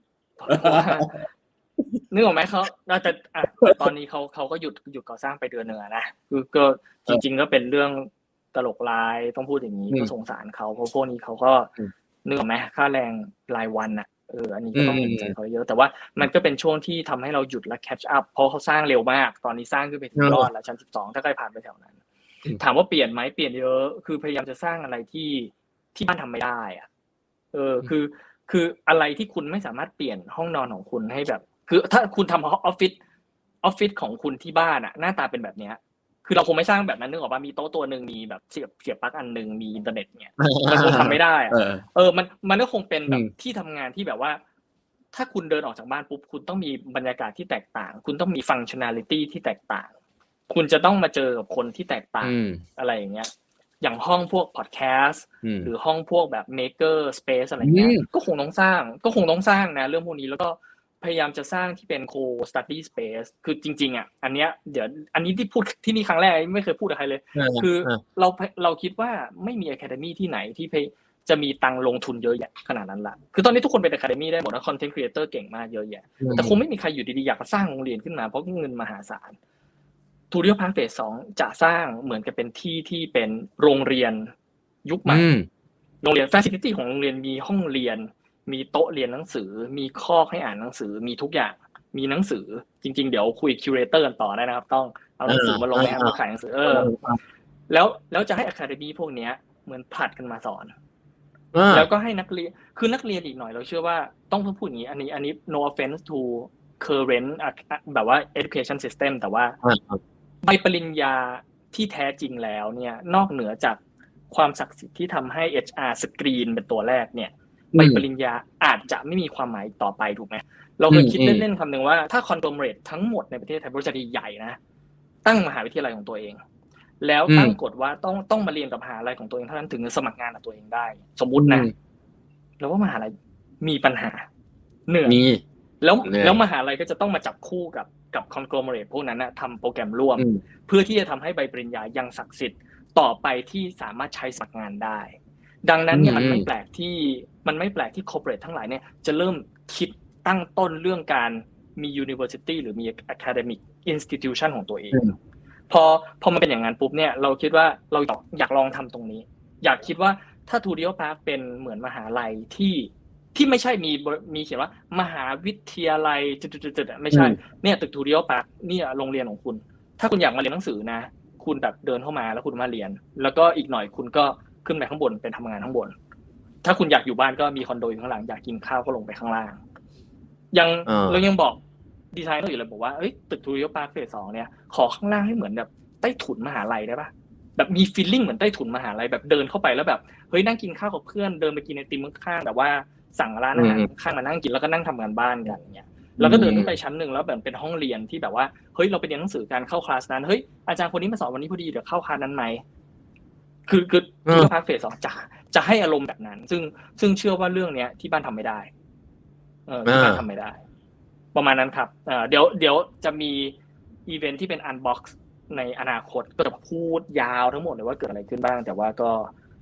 นึกออกไหมเขาแต่ตอนนี้เขาก็หยุดก่อสร้างไปเดือนนึงนะคือก็จริงๆก็เป็นเรื่องตลกร้ายต้องพูดอย่างนี้ก็สงสารเขาเพราะพวกนี้เขาก็นึกออกไหมค่าแรงรายวันอ่ะอันนี้ก็ต้องเห็นใจเขาเยอะแต่ว่ามันก็เป็นช่วงที่ทำให้เราหยุดและ catch up เพราะเขาสร้างเร็วมากตอนนี้สร้างขึ้นไปถึงยอดแล้วชั้น12ถ้าใครผ่านไปแถวนั้นถามว่าเปลี่ยนไหมเปลี่ยนเยอะคือพยายามจะสร้างอะไรที่บ้านทำไม่ได้อ่ะคืออะไรที่คุณไม่สามารถเปลี่ยนห้องนอนของคุณให้แบบคือถ้าคุณทำออฟฟิศของคุณที่บ้านอ่ะหน้าตาเป็นแบบเนี้ยคือเราคงไม่สร้างแบบนั้นนึกออกป่ะมีโต๊ะตัวนึงมีแบบเสียบปลั๊กอันนึงมีอินเทอร์เน็ตเงี้ยมันคงทำไม่ได้มันก็คงเป็นแบบที่ทำงานที่แบบว่าถ้าคุณเดินออกจากบ้านปุ๊บคุณต้องมีบรรยากาศที่แตกต่างคุณต้องมีฟังก์ชันนาลิตี้ที่แตกต่างคุณจะต้องมาเจอกับคนที่แตกต่างอะไรอย่างเงี้ยอย่างห้องพวกพอดแคสต์หรือห้องพวกแบบ maker space อะไรเงี้ยก็คงต้องสร้างนะเรื่องพวกนี้แล้วก็พยายามจะสร้างที่เป็น co-study space คือจริงๆอ่ะอันเนี้ยเดี๋ยวอันนี้ที่พูดที่นี่ครั้งแรกไม่เคยพูดกับใครเลยคือเราคิดว่าไม่มี academy ที่ไหนที่จะมีตังลงทุนเยอะแยะขนาดนั้นละคือตอนนี้ทุกคนเป็น academy ได้หมดนะ content creator เก่งมากเยอะแยะแต่คงไม่มีใครอยู่ดีๆอยากสร้างโรงเรียนขึ้นมาเพราะเงินมหาศาลทูริโอพาร์คเฟส 2จะสร้างเหมือนกับเป็นที่เป็นโรงเรียนยุคใหม่โรงเรียน facility ของโรงเรียนมีห้องเรียนมีโต๊ะเรียนหนังสือมีคอกให้อ่านหนังสือมีทุกอย่างมีหนังสือจริงๆเดี๋ยวคุยคิวเรเตอร์กันต่อได้นะครับต้องเอาหนังสือมาลงในแอปขายหนังสือแล้วจะให้ academy พวกเนี้ยเหมือนผลัดกันมาสอนแล้วก็ให้นักเรียนคือนักเรียนอีกหน่อยเราเชื่อว่าต้องพูดอย่างนี้อันนี้ no offense to current แบบว่า education system แต่ว่าใบปริญญาที่แท้จริงแล้วเนี่ยนอกเหนือจากความศักดิ์สิทธิ์ที่ทำให้ HR สกรีนเป็นตัวแรกเนี่ยใบปริญญาอาจจะไม่มีความหมายต่อไปถูกไหมเราเคยคิดเล่นๆคำหนึ่งว่าถ้าคอนโดเมรตทั้งหมดในประเทศไทยบริษัทใหญ่นะตั้งมหาวิทยาลัยของตัวเองแล้วตั้งกฎว่าต้องมาเรียนกับมหาลัยของตัวเองเท่านั้นถึงจะสมัครงานกับตัวเองได้สมมุตินะแล้วว่ามหาลัยมีปัญหาเหนื่อยแล้วมหาลัยก็จะต้องมาจับคู่กับคอนโกลเมเรตพวกนั้นนะทำโปรแกรมร่วมเพื่อที่จะทำให้ใบปริญญายังศักดิ์สิทธิ์ต่อไปที่สามารถใช้สมัครงานได้ดังนั้นเนี่ยมันไม่แปลกที่คอร์ปอเรททั้งหลายเนี่ยจะเริ่มคิดตั้งต้นเรื่องการมี university หรือมี academic institution ของตัวเองพอมันเป็นอย่างนั้นปุ๊บเนี่ยเราคิดว่าเราอยากลองทำตรงนี้อยากคิดว่าถ้า Studio Park เป็นเหมือนมหาลัยที่ไม่ใช่มีเขียนว่ามหาวิทยาลัยจุดๆๆไม่ใช่เนี่ยตึก Studio Park เนี่ยโรงเรียนของคุณถ้าคุณอยากมาเรียนหนังสือนะคุณแบบเดินเข้ามาแล้วคุณมาเรียนแล้วก็อีกหน่อยคุณก็ขึ้นไปข้างบนเป็นทำงานข้างบนถ้าคุณอยากอยู่บ้านก็มีคอนโดอยู่ข้างหลังอยากกินข้าวก็ลงไปข้างล่างเรายังบอกดีไซเนอร์อยู่เลยบอกว่าตึก Studio Park เฟส 2เนี่ยขอข้างล่างให้เหมือนแบบใต้ถุนมหาลัยได้ป่ะแบบมีฟีลลิ่งเหมือนใต้ถุนมหาลัยแบบเดินเข้าไปแล้วแบบเฮ้ยนั่งกินข้าวกับเพื่อนเดินไปกินไอติมข้างๆแบบว่าสั่งร้านอาหารข้างมานั่งกินแล้วก็นั่งทำงานบ้านกันอย่างเงี้ยแล้วก็เดินขึ้นไปชั้นนึงแล้วแบบเป็นห้องเรียนที่แบบว่าเฮ้ยเราไปเรียนหนังสือการเข้าคลาสนั้นเฮ้ยอาจารย์คนนี้มาสอนวันนี้พอดีเดี๋ยวเข้าคลาสนั้นมั้ยคือที่พาร์คเฟส 2จะให้อารมณ์แบบนั้นซึ่งเชื่อว่าเรื่องเนี้ยที่บ้านทำไม่ได้ที่บ้านทำไม่ได้ประมาณนั้นครับเดี๋ยวจะมีอีเวนท์ที่เป็นอันบ็อกซ์ในอนาคตก็จะพูดยาวทั้งหมดเลยว่าเกิดอะไรขึ้นบ้างแต่ว่าก็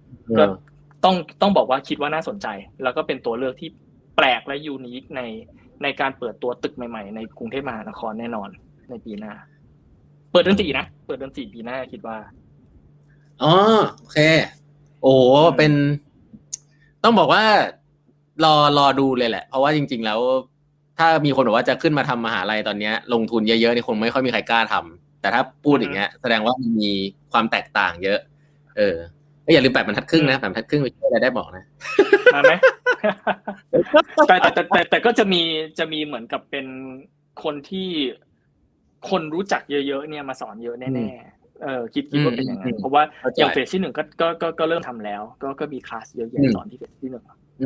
ต้องบอกว่าคิดว่าน่าสนใจแล้วก็เป็นตัวเลือกที่แปลกและยูนิคในในการเปิดตัวตึกใหม่ๆในกรุงเทพมหานครแน่นอนในปีหน้าเปิดเดือน4นะเปิดเดือน4ปีหน้าคิดว่าอ๋อโอเคโอ้เป็นต้องบอกว่ารอดูเลยแหละเพราะว่าจริงๆแล้วถ้ามีคนบอกว่าจะขึ้นมาทำมหาลัยตอนนี้ลงทุนเยอะๆนี่คงไม่ค่อยมีใครกล้าทำแต่ถ้าพูดอย่างเงี้ยแสดงว่ามันมีความแตกต่างเยอะอย่าลืม8 บรรทัดครึ่งนะ8 บรรทัดครึ่งไปช่วยอะไรได้บอกนะมาไหมแต่ก็จะมีเหมือนกับเป็นคนที่คนรู้จักเยอะๆเนี่ยมาสอนเยอะแน่ๆคิดว่าเป็นอย่างนั้นเพราะว่าอย่างเฟสที่1ก็เริ่มทำแล้วก็มีคลาสเยอะแยะสอนที่เฟสที่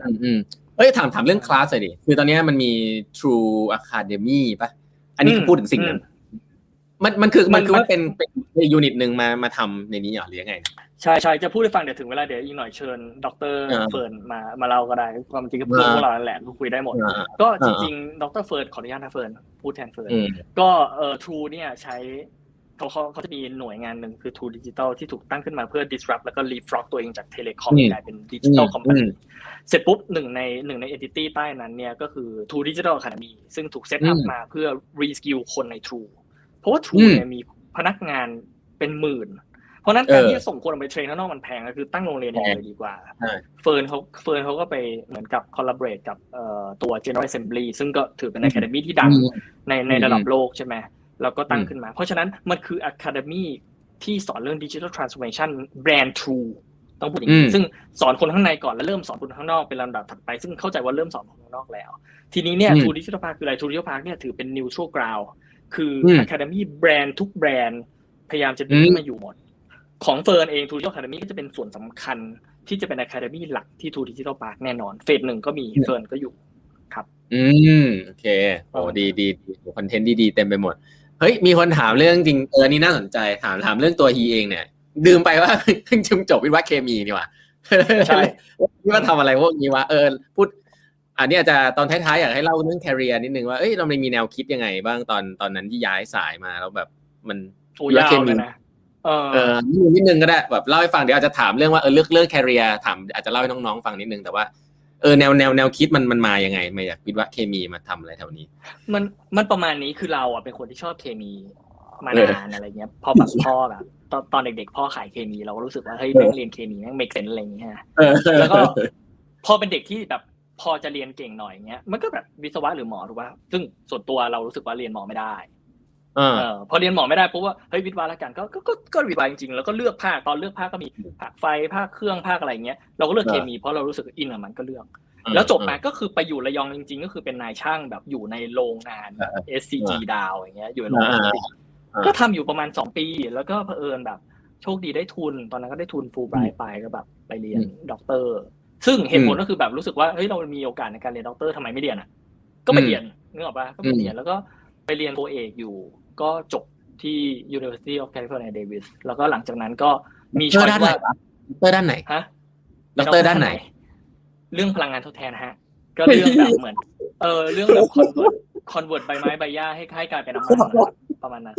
1 ถามเรื่องคลาสหน่อยดิคือตอนนี้มันมี True Academy ป่ะอันนี้คือพูดถึงสิ่งนั้นมันคือว่าเป็นยูนิตนึงมาทำในนี้หรือยังไงใช่จะพูดให้ฟังเดี๋ยวถึงเวลาเดี๋ยวอีกหน่อยเชิญดร.เฟิร์นมาเล่าก็ได้ความจริงก็เพื่อนพวกเราแหละคุยได้หมดก็จริงๆดร.เฟิร์นขออนุญาตนะเฟิร์นพูดแทนเฟิร์นก็True เนี่ยใช้เขาจะมีหน่วยงานหนึ่งคือ True Digital ที่ถูกตั้งขึ้นมาเพื่อ disrupt แล้วก็ leapfrog ตัวเองจาก Telecom กลายเป็น Digital Company เสร็จปุ๊บหนึ่งใน entity ใต้นั้นเนี่ยก็คือ True Digital Academy ซึ่งถูกเซตอัพมาเพื่อ reskill คนใน True เพราะว่า True เนี่ยมีพนักงานเป็นหมื่นเพราะนั้นการที่จะส่งคนออกไปเทรนข้างนอกมันแพงก็คือตั้งโรงเรียนเองเลยดีกว่าเฟิร์นเขาก็ไปเหมือนกับ collaborate กับตัว General Assembly ซึ่งก็ถือเป็น Academy ที่ดังในระดับโลกใช่ไหมแล้วก็ตั้งขึ้นมาเพราะฉะนั้นมันคือ Academy ที่สอนเรื่อง Digital Transformation Brand True ต้องพูดอย่างนี้ซึ่งสอนคนข้างในก่อนแล้วเริ่มสอนคนข้างนอกเป็นลำดับถัดไปซึ่งเข้าใจว่าเริ่มสอนคนข้างนอกแล้วทีนี้เนี่ย True Digital Park คืออะไร True Digital Park เนี่ยถือเป็น neutral ground คือ Academy แบรนด์ทุกแบรนด์พยายามจะดึงมาอยู่หมดของเฟิร์นเอง True Digital Academy ก็จะเป็นส่วนสำคัญที่จะเป็น Academy หลักที่ True Digital Park แน่นอนเฟส1ก็มีเฟิร์นก็อยู่ครับโอเคโอ้ดีคอนเทนต์ดีๆเต็มไปหมดเฮ้ยมีคนถามเรื่องจริงนี่น่าสนใจถามเรื่องตัวฮีเองเนี่ยลืมไปว่าเพิ่งจบวิศวะเคมีนี่ว่ะใช่นี่ว่าทำอะไรพวกนี้วะพูดอันนี้อาจจะตอนท้ายๆอยากให้เล่าเรื่อง career นิดนึงว่าเรามีแนวคิดยังไงบ้างตอนนั้นที่ย้ายสายมาแล้วแบบมันวิศวะเคมีนะนิดนึงก็ได้แบบเล่าให้ฟังเดี๋ยวอาจจะถามเรื่องว่าเรื่อง career ถามอาจจะเล่าให้น้องๆฟังนิดนึงแต่ว่าแนวคิดมันมายังไงมาจากวิศวะเคมีมาทำอะไรแถวนี้มันประมาณนี้คือเราเป็นคนที่ชอบเคมีมานานอะไรเงี้ยพอแบบพ่อแบบตอนเด็กๆพ่อขายเคมีเราก็รู้สึกว่าเฮ้ยแม่งเรียนเคมีแม่ง make sense อะไรอย่างเงี้ยแล้วก็พอเป็นเด็กที่แบบพอจะเรียนเก่งหน่อยเงี้ยมันก็แบบวิศวะหรือหมอถูกป่ะซึ่งส่วนตัวเรารู้สึกว่าเรียนหมอไม่ได้พอเรียนหมอไม่ได้เพราะว่าเฮ้ยวิศวะละกันก็วิศวะจริงๆแล้วก็เลือกภาคตอนเลือกภาคก็มีภาคไฟภาคเครื่องภาคอะไรเงี้ยเราก็เลือกเคมีเพราะเรารู้สึกอินกับมันก็เลือกแล้วจบมาก็คือไปอยู่ระยองจริงๆก็คือเป็นนายช่างแบบอยู่ในโรงงาน SCG ดาวอย่างเงี้ยอยู่ในโรงงานก็ทำอยู่ประมาณ2ปีแล้วก็เผอิญแบบโชคดีได้ทุนตอนนั้นก็ได้ทุนฟูลไบรท์ไปก็แบบไปเรียนด็อกเตอร์ซึ่งเหตุผลก็คือแบบรู้สึกว่าเฮ้ยเรามีโอกาสในการเรียนด็อกเตอร์ทำไมไม่เรียนอ่ะก็ไปเรียนนึกออกป่ะก็ไปเรียนแล้วก็ไปเรียนโทเอกอยู่ก็จบที่ University of California Davis แล้วก็หลังจากนั้นก็มีช้อยส์ว่าด็อกเตอร์ด้านไหนฮะด็อกเตอร์ด้านไหนเรื่องพลังงานทดแทนฮะก็เรื่องแบบเหมือนเรื่องแบบคอนเวิร์ตใบไม้ใบหญ้าให้กลายเป็นน้ำมันประมาณนั้น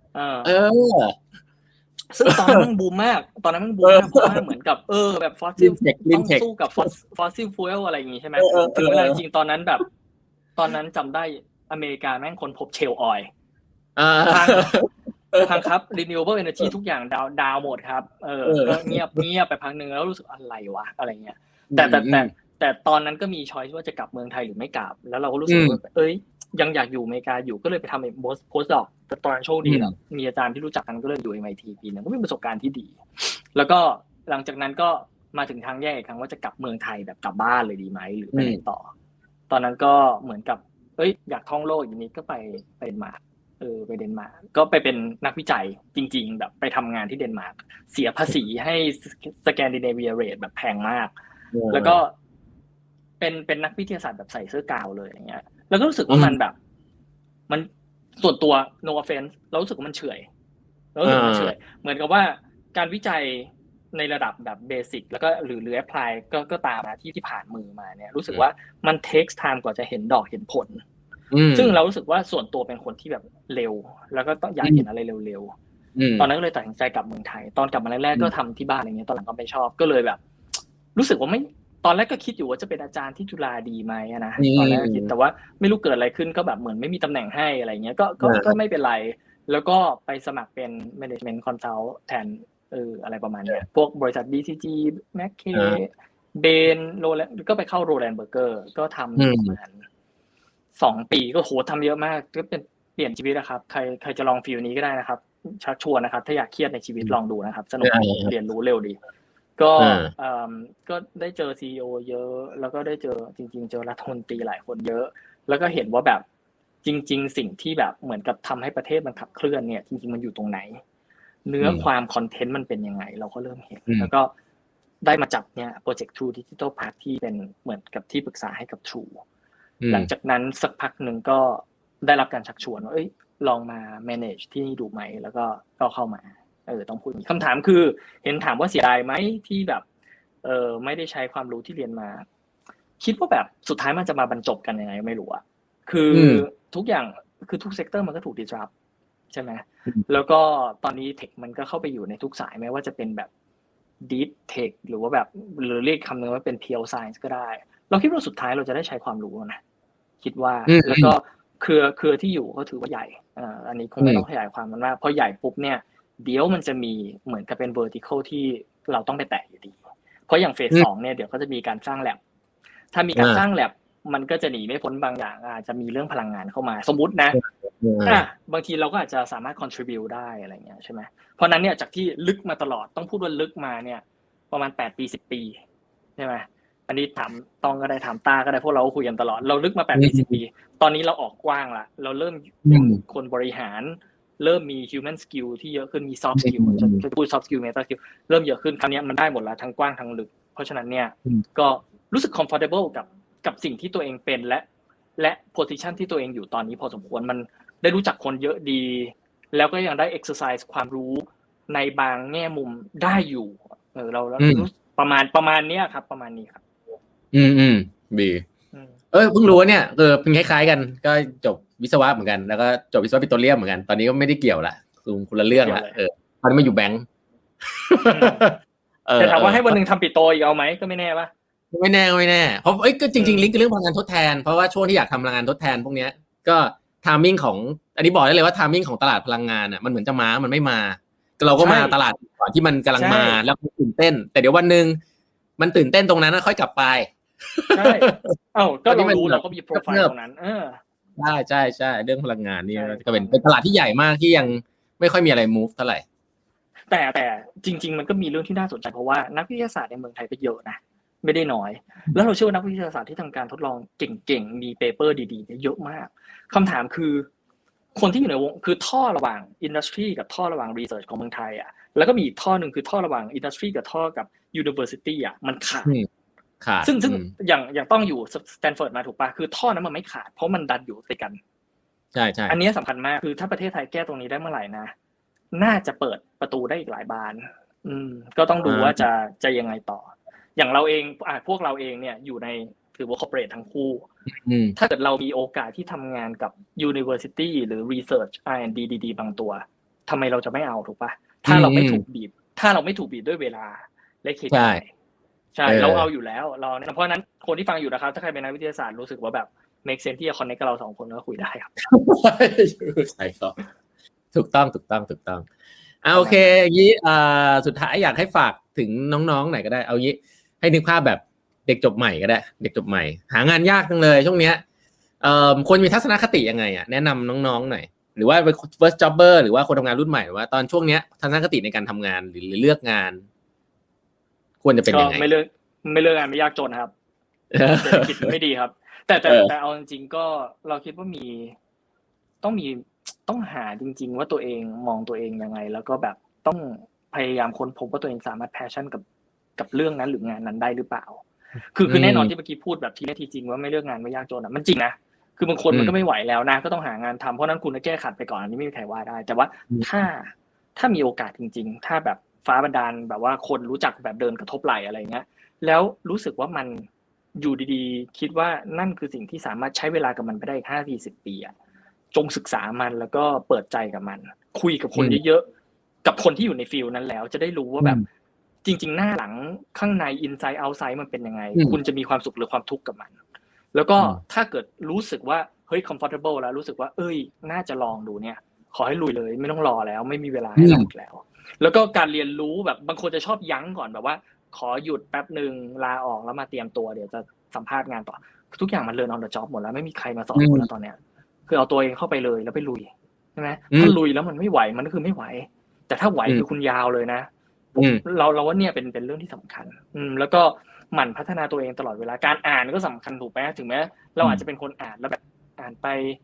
ซึ่งตอนนั้นมันบูมมากเพราะว่าเหมือนกับแบบฟอสซิลต้องสู้กับฟอสซิลฟูเอลอะไรอย่างงี้ใช่ไหมถึงเวลาจริงตอนนั้นแบบตอนนั้นจำได้อเมริกาแม่งคนพบเชลออยล์พังครับ renewable energy ทุกอย่างดาวหมดครับก็เงียบไปพักนึงแล้วรู้สึกอะไรวะอะไรเงี้ยแต่ตอนนั้นก็มีช้อยส์ว่าจะกลับเมืองไทยหรือไม่กลับแล้วเราก็รู้สึกว่ายังอยากอยู่อเมริกาอยู่ก็เลยไปทำโพสต์ดอกแต่ตอนนั้นโชคดีแล้วมีอาจารย์ที่รู้จักกันก็เลยอยู่ MIT ปีนึงก็มีประสบการณ์ที่ดีแล้วก็หลังจากนั้นก็มาถึงทางแยกอีกครั้งว่าจะกลับเมืองไทยแบบกลับบ้านเลยดีไหมหรือไปไหนต่อตอนนั้นก็เหมือนกับอยากท่องโลกอย่างนี้ก็ไปเดนมาร์กไปเดนมาร์กก็ไปเป็นนักวิจัยจริงๆแบบไปทำงานที่เดนมาร์กเสียภาษีให้สแกนดิเนเวียเรทแบบแพงมากแล้วก็เป็นนักวิทยาศาสตร์แบบใส่เสื้อกาวเลยอย่างเงี้ยแล้วก็รู้สึกว่ามันแบบมันส่วนตัว no offense เรารู้สึกว่ามันเฉื่อยเหมือนกับว่าการวิจัยในระดับแบบเบสิกแล้วก็หรือ apply ก็ตามมาที่ผ่านมือมาเนี่ยรู้สึกว่ามัน takes time กว่าจะเห็นดอกเห็นผลซึ่งเรารู้สึกว่าส่วนตัวเป็นคนที่แบบเร็วแล้วก็ต้องอยากเห็นอะไรเร็วๆตอนนั้นก็เลยตัดสินใจกลับเมืองไทยตอนกลับมาแรกๆก็ทำที่บ้านอะไรเงี้ยตอนหลังก็ไม่ชอบก็เลยแบบรู้สึกว่าตอนแรกก็คิดอยู่ว่าจะเป็นอาจารย์ที่จุฬาดีไหมนะตอนแรกคิดแต่ว่าไม่รู้เกิดอะไรขึ้นก็แบบเหมือนไม่มีตำแหน่งให้อะไรเงี้ยก็ไม่เป็นไรแล้วก็ไปสมัครเป็น management consult แทนอะไรประมาณเนี้ยพวกบริษัท BCG McKay เบนโรแลนด์ก็ไปเข้าโรแลนด์เบอร์เกอร์ก็ทำประมาณ2 ปีก็โหทำเยอะมากก็เป็นเปลี่ยนชีวิตนะครับใครจะลองฟีลนี้ก็ได้นะครับชักชวนนะครับถ้าอยากเครียดในชีวิตลองดูนะครับสนุกเรียนรู้เร็วดีก็ได้เจอ CEO เยอะแล้วก็ได้เจอจริงๆเจอรัฐมนตรีหลายคนเยอะแล้วก็เห็นว่าแบบจริงๆสิ่งที่แบบเหมือนกับทำให้ประเทศมันขับเคลื่อนเนี่ยจริงๆมันอยู่ตรงไหนเนื้อความคอนเทนต์มันเป็นยังไงเราก็เริ่มเห็นแล้วก็ได้มาจับเนี่ยโปรเจกต์ True Digital Park ที่เป็นเหมือนกับที่ปรึกษาให้กับ True หลังจากนั้นสักพักนึงก็ได้รับการชักชวนว่าลองมา manage ที่นี่ดูไหมแล้วก็เข้ามาต้องพูดคำถามคือเห็นถามว่าเสียดายไหมที่แบบไม่ได้ใช้ความรู้ที่เรียนมาคิดว่าแบบสุดท้ายมันจะมาบรรจบกันยังไงไม่รู้อะคือทุกอย่างคือทุกเซกเตอร์มันก็ถูก disrupt ใช่ไหมแล้วก็ตอนนี้เทคมันก็เข้าไปอยู่ในทุกสายไม่ว่าจะเป็นแบบ deep tech หรือว่าแบบหรือเรียกคำนึงว่าเป็น pure science ก็ได้เราคิดว่าสุดท้ายเราจะได้ใช้ความรู้นะคิดว่าแล้วก็เครือที่อยู่ก็ถือว่าใหญ่อันนี้คงไม่ต้องขยายความมันมากพอใหญ่ปุ๊บเนี่ยเดี๋ยวมันจะมีเหมือนกับเป็น vertical ที่เราต้องไปแตะอยู่ดีเพราะอย่างเฟส 2เนี่ยเดี๋ยวก็จะมีการสร้าง lab ถ้ามีการสร้าง lab มันก็จะหนีไม่พ้นบางอย่างอาจจะมีเรื่องพลังงานเข้ามาสมมุตินะบางทีเราก็อาจจะสามารถ contribute ได้อะไรเงี้ยใช่ไหมเพราะนั้นเนี่ยจากที่ลึกมาตลอดต้องพูดว่าลึกมาเนี่ยประมาณ8 ปี 10 ปีใช่ไหมอันนี้ถามต้องก็ได้ถามตาก็ได้พวกเราคุยกันตลอดเราลึกมา8 ปี 10 ปีตอนนี้เราออกกว้างละเราเริ่มเป็นคนบริหารเริ่มมี human skill ที่เยอะขึ้นมี soft skill จะพูด soft skill meta skill เริ่มเยอะขึ้นคราวนี้มันได้หมดละทั้งกว้างทั้งลึกเพราะฉะนั้นเนี่ยก็รู้สึก comfortable กับสิ่งที่ตัวเองเป็นและ position ที่ตัวเองอยู่ตอนนี้พอสมควรมันได้รู้จักคนเยอะดีแล้วก็ยังได้ exercise ความรู้ในบางแง่มุมได้อยู่เรารู้ประมาณนี้ครับประมาณนี้ครับบีเพิ่งรู้ว่าเนี่ยเป็นคล้ายๆกันก็จบวิศวะเหมือนกันแล้วก็จบวิศวะปิโตรเลียมเหมือนกันตอนนี้ก็ไม่ได้เกี่ยวละคือคนละเรื่องละตอนนี้มาอยู่แบงค์แต่ถามว่าให้วันนึงทำปิโตอีกเอาไหมก็ไม่แน่ป่ะไม่แน่เพราะก็จริงๆลิงก์กับเรื่องพลังงานทดแทนเพราะว่าช่วงที่อยากทำพลังงานทดแทนพวกเนี้ยก็ไทมิ่งของอันนี้บอกได้เลยว่าไทมิ่งของตลาดพลังงานอ่ะมันเหมือนจะมามันไม่มาเราก็มาตลาดก่อนที่มันกำลังมาแล้วตื่นเต้นแต่เดี๋ยววันนึงมันตื่นเต้นตรงนั้นค่อยกลับไปใช่ก็เรารู้เราก็มีโปรไฟล์ตรงนั้นใช่เรื่องพลังงานนี่ก็เป็นตลาดที่ใหญ่มากที่ยังไม่ค่อยมีอะไร move เท่าไหร่แต่จริงๆมันก็มีเรื่องที่น่าสนใจเพราะว่านักวิทยาศาสตร์ในเมืองไทยก็เยอะนะไม่ได้น้อยแล้วเราเชื่อว่านักวิทยาศาสตร์ที่ทำการทดลองเก่งๆมีเปเปอร์ดีๆเยอะมากคำถามคือคนที่อยู่ในวงคือท่อระหว่างอินดัสทรีกับท่อระหว่างรีเสิร์ชของเมืองไทยอ่ะแล้วก็มีอีกท่อนึงคือท่อระหว่างอินดัสทรีกับท่อกับยูนิเวอร์ซิตี้อ่ะมันขาดซึ่งอย่างต้องอยู่สแตนฟอร์ดมาถูกป่ะคือท่อนั้นมันไม่ขาดเพราะมันดันอยู่ติดกันใช่อันนี้สำคัญมากคือถ้าประเทศไทยแก้ตรงนี้ได้เมื่อไหร่นะน่าจะเปิดประตูได้อีกหลายบานก็ต้องดูว่าจะยังไงต่ออย่างเราเองพวกเราเองเนี่ยอยู่ในถือว่าคอร์ปอเรททั้งคู่ถ้าเกิดเรามีโอกาสที่ทำงานกับ University หรือ Research R&D ดีๆบางตัวทำไมเราจะไม่เอาถูกป่ะถ้าเราไม่ถูกบีบด้วยเวลาและเคมีใช่เราเอาอยู่แล้วเพราะนั้นคนที่ฟังอยู่นะครับถ้าใครเป็นนักวิทยาศาสตร์รู้สึกว่าแบบ make sense ที่จะ connect กับเรา2คนก็คุยได้ครับใช่ครับถูกต้องโอเคอย่างนี้สุดท้ายอยากให้ฝากถึงน้องๆหน่อยก็ได้เอางี้ให้นึกภาพแบบเด็กจบใหม่ก็ได้เด็กจบใหม่หางานยากจังเลยช่วงเนี้ยควรมีทัศนคติยังไงแนะนำน้องๆหน่อยหรือว่าเป็น first jobber หรือว่าคนทำงานรุ่นใหม่ว่าตอนช่วงเนี้ยทัศนคติในการทำงานหรือเลือกงานควรจะเป็นยังไงไม่เลือกงานไม่ยากจนครับเศรษฐกิจไม่ดีครับแต่เอาจริงๆก็เราคิดว่าต้องหาจริงๆว่าตัวเองมองตัวเองยังไงแล้วก็แบบต้องพยายามค้นพบว่าตัวเองสามารถ passion กับเรื่องนั้นหรืองานนั้นได้หรือเปล่าคือแน่นอนที่เมื่อกี้พูดแบบทีแรกทีจริงว่าไม่เลือกงานไม่ยากจนมันจริงนะคือบางคนมันก็ไม่ไหวแล้วนะก็ต้องหางานทำเพราะนั้นคุณจะแก้ขัดไปก่อนอันนี้ไม่มีใครว่าได้แต่ว่าถ้ามีโอกาสจริงๆถ้าแบบฟ้าบันดาลแบบว่าคนรู้จักแบบเดินกระทบไหล่อะไรเงี้ยแล้วรู้สึกว่ามันอยู่ดีๆคิดว่านั่นคือสิ่งที่สามารถใช้เวลากับมันไปได้อีก 5-40 ปีอ่ะจงศึกษามันแล้วก็เปิดใจกับมันคุยกับคนเยอะๆกับคนที่อยู่ในฟิลนั้นแล้วจะได้รู้ว่าแบบจจริงๆหน้าหลังข้างใน inside outside มันเป็นยังไงคุณจะมีความสุขหรือความทุกข์กับมันแล้วก็ถ้าเกิดรู้สึกว่าเฮ้ย comfortable แล้วรู้สึกว่าน่าจะลองดูเนี่ยขอให้ลุยเลยไม่ต้องรอแล้วไม่มีเวลาให้รอแล้วก็การเรียนรู้แบบบางคนจะชอบยั้งก่อนแบบว่าขอหยุดแป๊บนึงลาออกแล้วมาเตรียมตัวเดี๋ยวจะสัมภาษณ์งานต่อทุกอย่างมันlearn on the job หมดแล้วไม่มีใครมาสอนคุณแล้วตอนเนี้ยคือเอาตัวเองเข้าไปเลยแล้วไปลุยใช่ไหมถ้าลุยแล้วมันไม่ไหวมันก็คือไม่ไหวแต่ถ้าไหวคือคุณยาวเลยนะเราว่าเนี่ยเป็นเรื่องที่สำคัญแล้วก็หมั่นพัฒนาตัวเองตลอดเวลาการอ่านก็สำคัญถูกไหมถึงแม้เราอาจจะเป็นคนอ่านแล้วแบบอ่านไป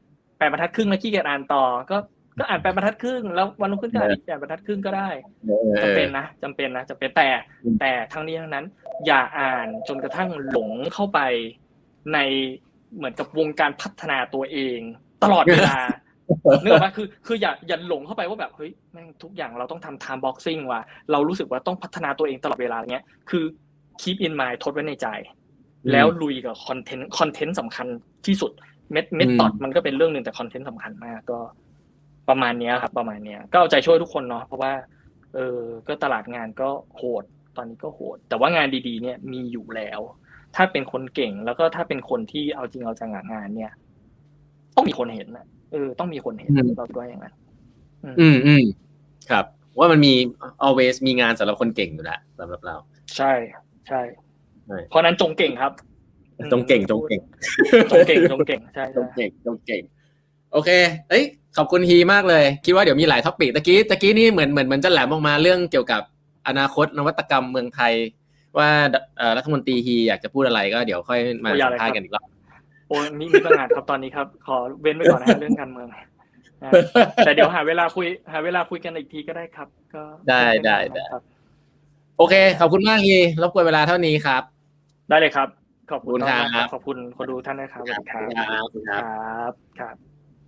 8 บรรทัดครึ่งแล้วขี้เกียจอ่านต่อก็อ่าน8 บรรทัดครึ่งแล้ววันรุ่งขึ้นก็อ่านอีก8 บรรทัดครึ่งก็ได้จำเป็นแต่ทั้งนี้ทั้งนั้นอย่าอ่านจนกระทั่งหลงเข้าไปในเหมือนกับวงการพัฒนาตัวเองตลอดเวลานึกออกป่ะคืออย่าหลงเข้าไปว่าแบบเฮ้ยแม่งทุกอย่างเราต้องทำ time boxing ว่ะเรารู้สึกว่าต้องพัฒนาตัวเองตลอดเวลาอย่างเงี้ยคือ keep in mind ทดไว้ในใจแล้วลุยกับคอนเทนต์สำคัญที่สุดเมธอดมันก็เป็นเรื่องนึงแต่คอนเทนต์สำคัญมากก็ประมาณนี้ครับประมาณนี้ก็เอาใจช่วยทุกคนเนาะเพราะว่าก็ตลาดงานก็โหดตอนนี้ก็โหดแต่ว่างานดีๆเนี่ยมีอยู่แล้วถ้าเป็นคนเก่งแล้วก็ถ้าเป็นคนที่เอาจริงเอาจังกับงานเนี่ยต้องมีคนเห็นนะต้องมีคนเห็นเราด้วยอย่างนั้นครับว่ามันมี always มีงานสำหรับคนเก่งอยู่แล้วสำหรับเราใช่ใช่เพราะนั้นจงเก่งครับจงเก่งใช่ใช่จงเก่งโอเคขอบคุณฮีมากเลยคิดว่าเดี๋ยวมีหลายท็อปิกตะกี้นี่เหมือนจะแหลมออกมาเรื่องเกี่ยวกับอนาคตนวัตกรรมเมืองไทยว่ารัฐมนตรีฮีอยากจะพูดอะไรก็เดี๋ยวค่อยมาสัมภาษณ์กันอีกรอบมีปัญหาครับตอนนี้ครับขอเว้นไว้ก่อนนะเรื่องการเมืองแต่เดี๋ยวหาเวลาคุยกันอีกทีก็ได้ครับก็ได้โอเคขอบคุณมากฮีรบกวนเวลาเท่านี้ครับได้เลยครับขอบคุณครับขอบคุณคนดูท่านนะครับสวัสดีครับ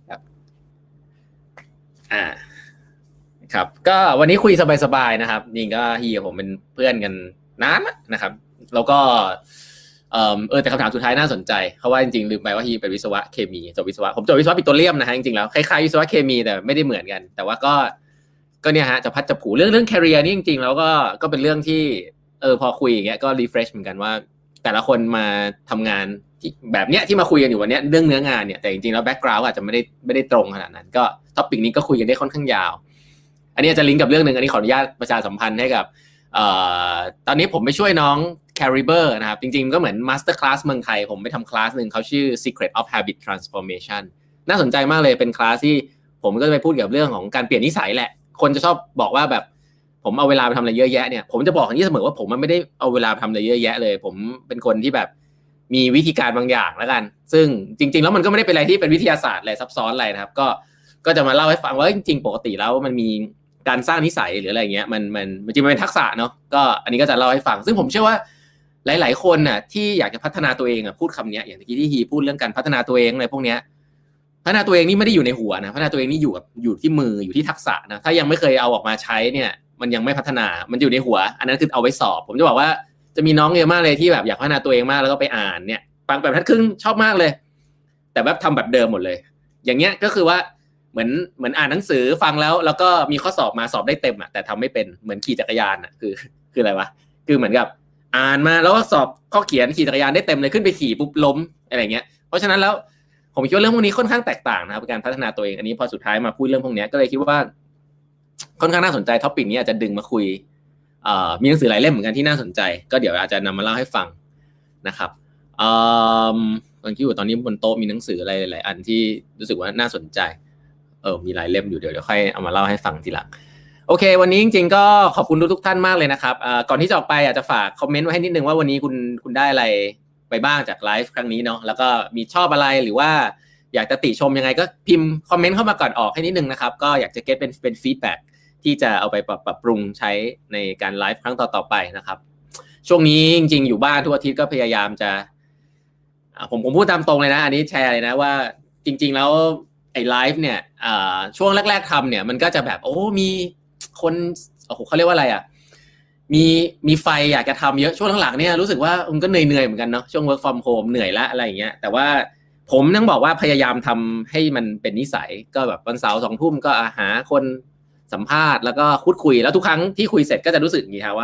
ครับก็วันนี้คุยสบายๆนะครับจริงก็ฮีกับผมเป็นเพื่อนกันนานแล้วนะครับแล้วก็แต่คำถามสุดท้ายน่าสนใจเพราะว่าจริงๆลืมไปว่าฮีเป็นวิศวะเคมีจบวิศวะผมจบวิศวะปิโตรเลียมนะฮะจริงๆแล้วคล้ายๆวิศวะเคมีแต่ไม่ได้เหมือนกันแต่ว่าก็เนี่ยฮะจะพัดจะผูเรื่อง career นี่จริงๆแล้วก็เป็นเรื่องที่พอคุยอย่างเงี้ยก็ refresh เหมือนกันว่าแต่ละคนมาทำงานที่แบบเนี้ยที่มาคุยกันอยู่วันนี้เรื่องเนื้องานเนี่ยแต่จริงๆแล้ว background อาจจะไม่ได้ตรงขนาดนั้นก็ท็อปิกนี้ก็คุยกันได้ค่อนข้างยาวอันนี้จะลิงก์กับเรื่องนึงอันนี้ขออนุญาตประชาสัมพันธ์ให้กับตอนนี้ผมไปช่วยน้อง Cariber นะครับจริงๆก็เหมือน Master Class เมืองไทยผมไปทำคลาสนึงเขาชื่อ Secret of Habit Transformation น่าสนใจมากเลยเป็นคลาสที่ผมก็จะไปพูดเกี่ยวกับเรื่องของการเปลี่ยนนิสัยแหละคนจะชอบบอกว่าแบบผมเอาเวลาไปทำอะไรเยอะแยะเนี่ยผมจะบอกอย่างนี้เสมอว่าผมไม่ได้เอาเวลาไปทำอะไรเยอะแยะเลยผมเป็นคนที่แบบมีวิธีการบางอย่างแล้วกันซึ่งจริงๆแล้วมันก็ไม่ได้เป็นอะไรที่เป็นวิทยาศาสตร์อะไรซับซ้อนอะไรนะครับก็จะมาเล่าให้ฟังว่าจริงๆปกติแล้วมันมีการสร้างนิสัยหรืออะไรเงี้ยมันจริงๆเป็นทักษะเนาะก็อันนี้ก็จะเล่าให้ฟังซึ่งผมเชื่อว่าหลายๆคนน่ะที่อยากจะพัฒนาตัวเองอ่ะพูดคำนี้อย่างเมื่อกี้ที่ฮีพูดเรื่องการพัฒนาตัวเองอะไรพวกเนี้ยพัฒนาตัวเองนี่ไม่ได้อยู่ในหัวนะพัฒนาตัวเองนี่อยู่ที่มืออยู่ที่ทักษะนะถ้ายังไม่เคยเอาออกมาใช้เนี่ยมันยังไม่พัฒนามันอยู่ในหัวอันนั้นคือเอาไว้สอบผมจะบอกว่าจะมีน้องเยอะมากเลยที่แบบอยากพัฒนาตัวเองมากแล้วก็ไปอ่านเนี่ยฟังแบบทัดครึ่งชอบมากเลยแต่แบบทำแบบเดิมหมดเลยอย่างเงี้ยก็คือว่าเหมือนอ่านหนังสือฟังแล้วก็มีข้อสอบมาสอบได้เต็มอ่ะแต่ทำไม่เป็นเหมือนขี่จักรยานอ่ะคืออะไรวะคือเหมือนกับอ่านมาแล้วก็สอบข้อเขียนขี่จักรยานได้เต็มเลยขึ้นไปขี่ปุ๊บล้มอะไรเงี้ยเพราะฉะนั้นแล้วผมคิดว่าเรื่องพวกนี้ค่อนข้างแตกต่างนะครับการพัฒนาตัวเองอันนี้พอสุดท้ายมาพูดเรื่องพวกนี้ก็เลยคิดว่าค่อนข้างน่าสนใจท็อปิกนี้อาจจะดึงมาคุยมีหนังสือหลายเล่มเหมือนกันที่น่าสนใจก็เดี๋ยวอาจจะนำมาเล่าให้ฟังนะครับตอนที่อยู่ตอนนี้บนโต๊ะมีหนังสืออะไรหลายอันที่รู้สึกว่าน่าสนใจมีหลายเล่มอยู่เดี๋ยวค่อยเอามาเล่าให้ฟังทีหลังโอเควันนี้จริงๆก็ขอบคุณทุกท่านมากเลยนะครับก่อนที่จะออกไปอยากจะฝากคอมเมนต์ไว้ให้นิดนึงว่าวันนี้คุณได้อะไรไปบ้างจากไลฟ์ครั้งนี้เนาะแล้วก็มีชอบอะไรหรือว่าอยากจะติชมยังไงก็พิมพ์คอมเมนต์เข้ามาก่อนออกให้นิดนึงนะครับก็อยากจะเก็ตเป็นฟีดแบ็กที่จะเอาไปปรับปรุงใช้ในการไลฟ์ครั้งต่อๆไปนะครับช่วงนี้จริงๆอยู่บ้านทุกอาทิตย์ก็พยายามจะผมพูดตามตรงเลยนะอันนี้แชร์เลยนะว่าจริงๆแล้วไอ้ไลฟ์เนี่ยช่วงแรกๆทำเนี่ยมันก็จะแบบมีคนเขาเรียกว่าอะไรอ่ะมีไฟอยากจะทำเยอะช่วงหลังๆเนี่ยรู้สึกว่ามันก็เหนื่อยเหมือนกันเนาะช่วง work from home เหนื่อยละอะไรอย่างเงี้ยแต่ว่าผมต้องบอกว่าพยายามทำให้มันเป็นนิสัยก็แบบวันเสาร์ 20:00 นก็หาคนสัมภาษณ์แล้วก็คุยแล้วทุกครั้งที่คุยเสร็จก็จะรู้สึกอย่างนี้ครับว่า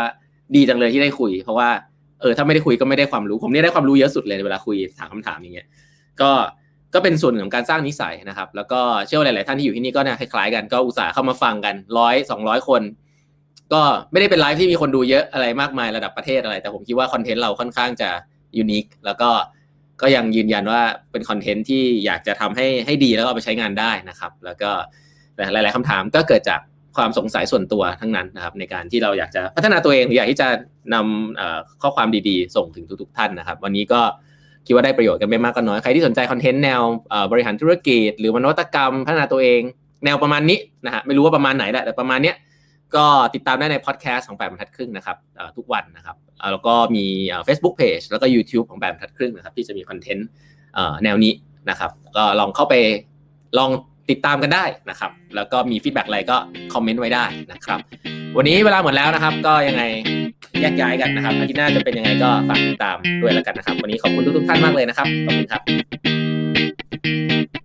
ดีจังเลยที่ได้คุยเพราะว่าถ้าไม่ได้คุยก็ไม่ได้ความรู้ผมเนี่ยได้ความรู้เยอะสุดเลยเวลาคุยถามคำถามอย่างเงี้ยก็เป็นส่วนหนึ่งของการสร้างนิสัยนะครับแล้วก็เชื่อว่าหลายๆท่านที่อยู่ที่นี่ก็เนี่ยคล้ายๆกันก็อุตส่าห์เข้ามาฟังกัน100-200 คนก็ไม่ได้เป็นไลฟ์ที่มีคนดูเยอะอะไรมากมายระดับประเทศอะไรแต่ผมคิดว่าคอนเทนต์เราค่อนข้างจะยูนิคแล้วก็ยังยืนยันว่าเป็นคอนเทนต์ที่อยากจะทำให้ดีแล้วก็เอาไปใช้งานได้นะครับแล้วก็หลายๆคำถามก็เกิดจากความสงสัยส่วนตัวทั้งนั้นนะครับในการที่เราอยากจะพัฒนาตัวเองหรืออยากที่จะนำข้อความดีๆส่งถึงทุกๆท่านนะครับวันนี้ก็คิดว่าได้ประโยชน์กันไม่มากก็น้อยใครที่สนใจคอนเทนต์แนวบริหารธุรกิจหรือนวัตกรรมพัฒนาตัวเองแนวประมาณนี้นะฮะไม่รู้ว่าประมาณไหนแหละแต่ประมาณเนี้ยก็ติดตามได้ในพอดแคสต์ของ8 บรรทัดครึ่งนะครับทุกวันนะครับแล้วก็มี Facebook Page แล้วก็ YouTube ของ8 บรรทัดครึ่งนะครับที่จะมีคอนเทนต์แนวนี้นะครับก็ลองเข้าไปลองติดตามกันได้นะครับแล้วก็มีฟีดแบ็กอะไรก็คอมเมนต์ไว้ได้นะครับวันนี้เวลาหมดแล้วนะครับก็ยังไงแยกย้ายกันนะครับอาทิตย์หน้าจะเป็นยังไงก็ฝากติดตามด้วยแล้วกันนะครับวันนี้ขอบคุณทุกท่านมากเลยนะครับขอบคุณครับ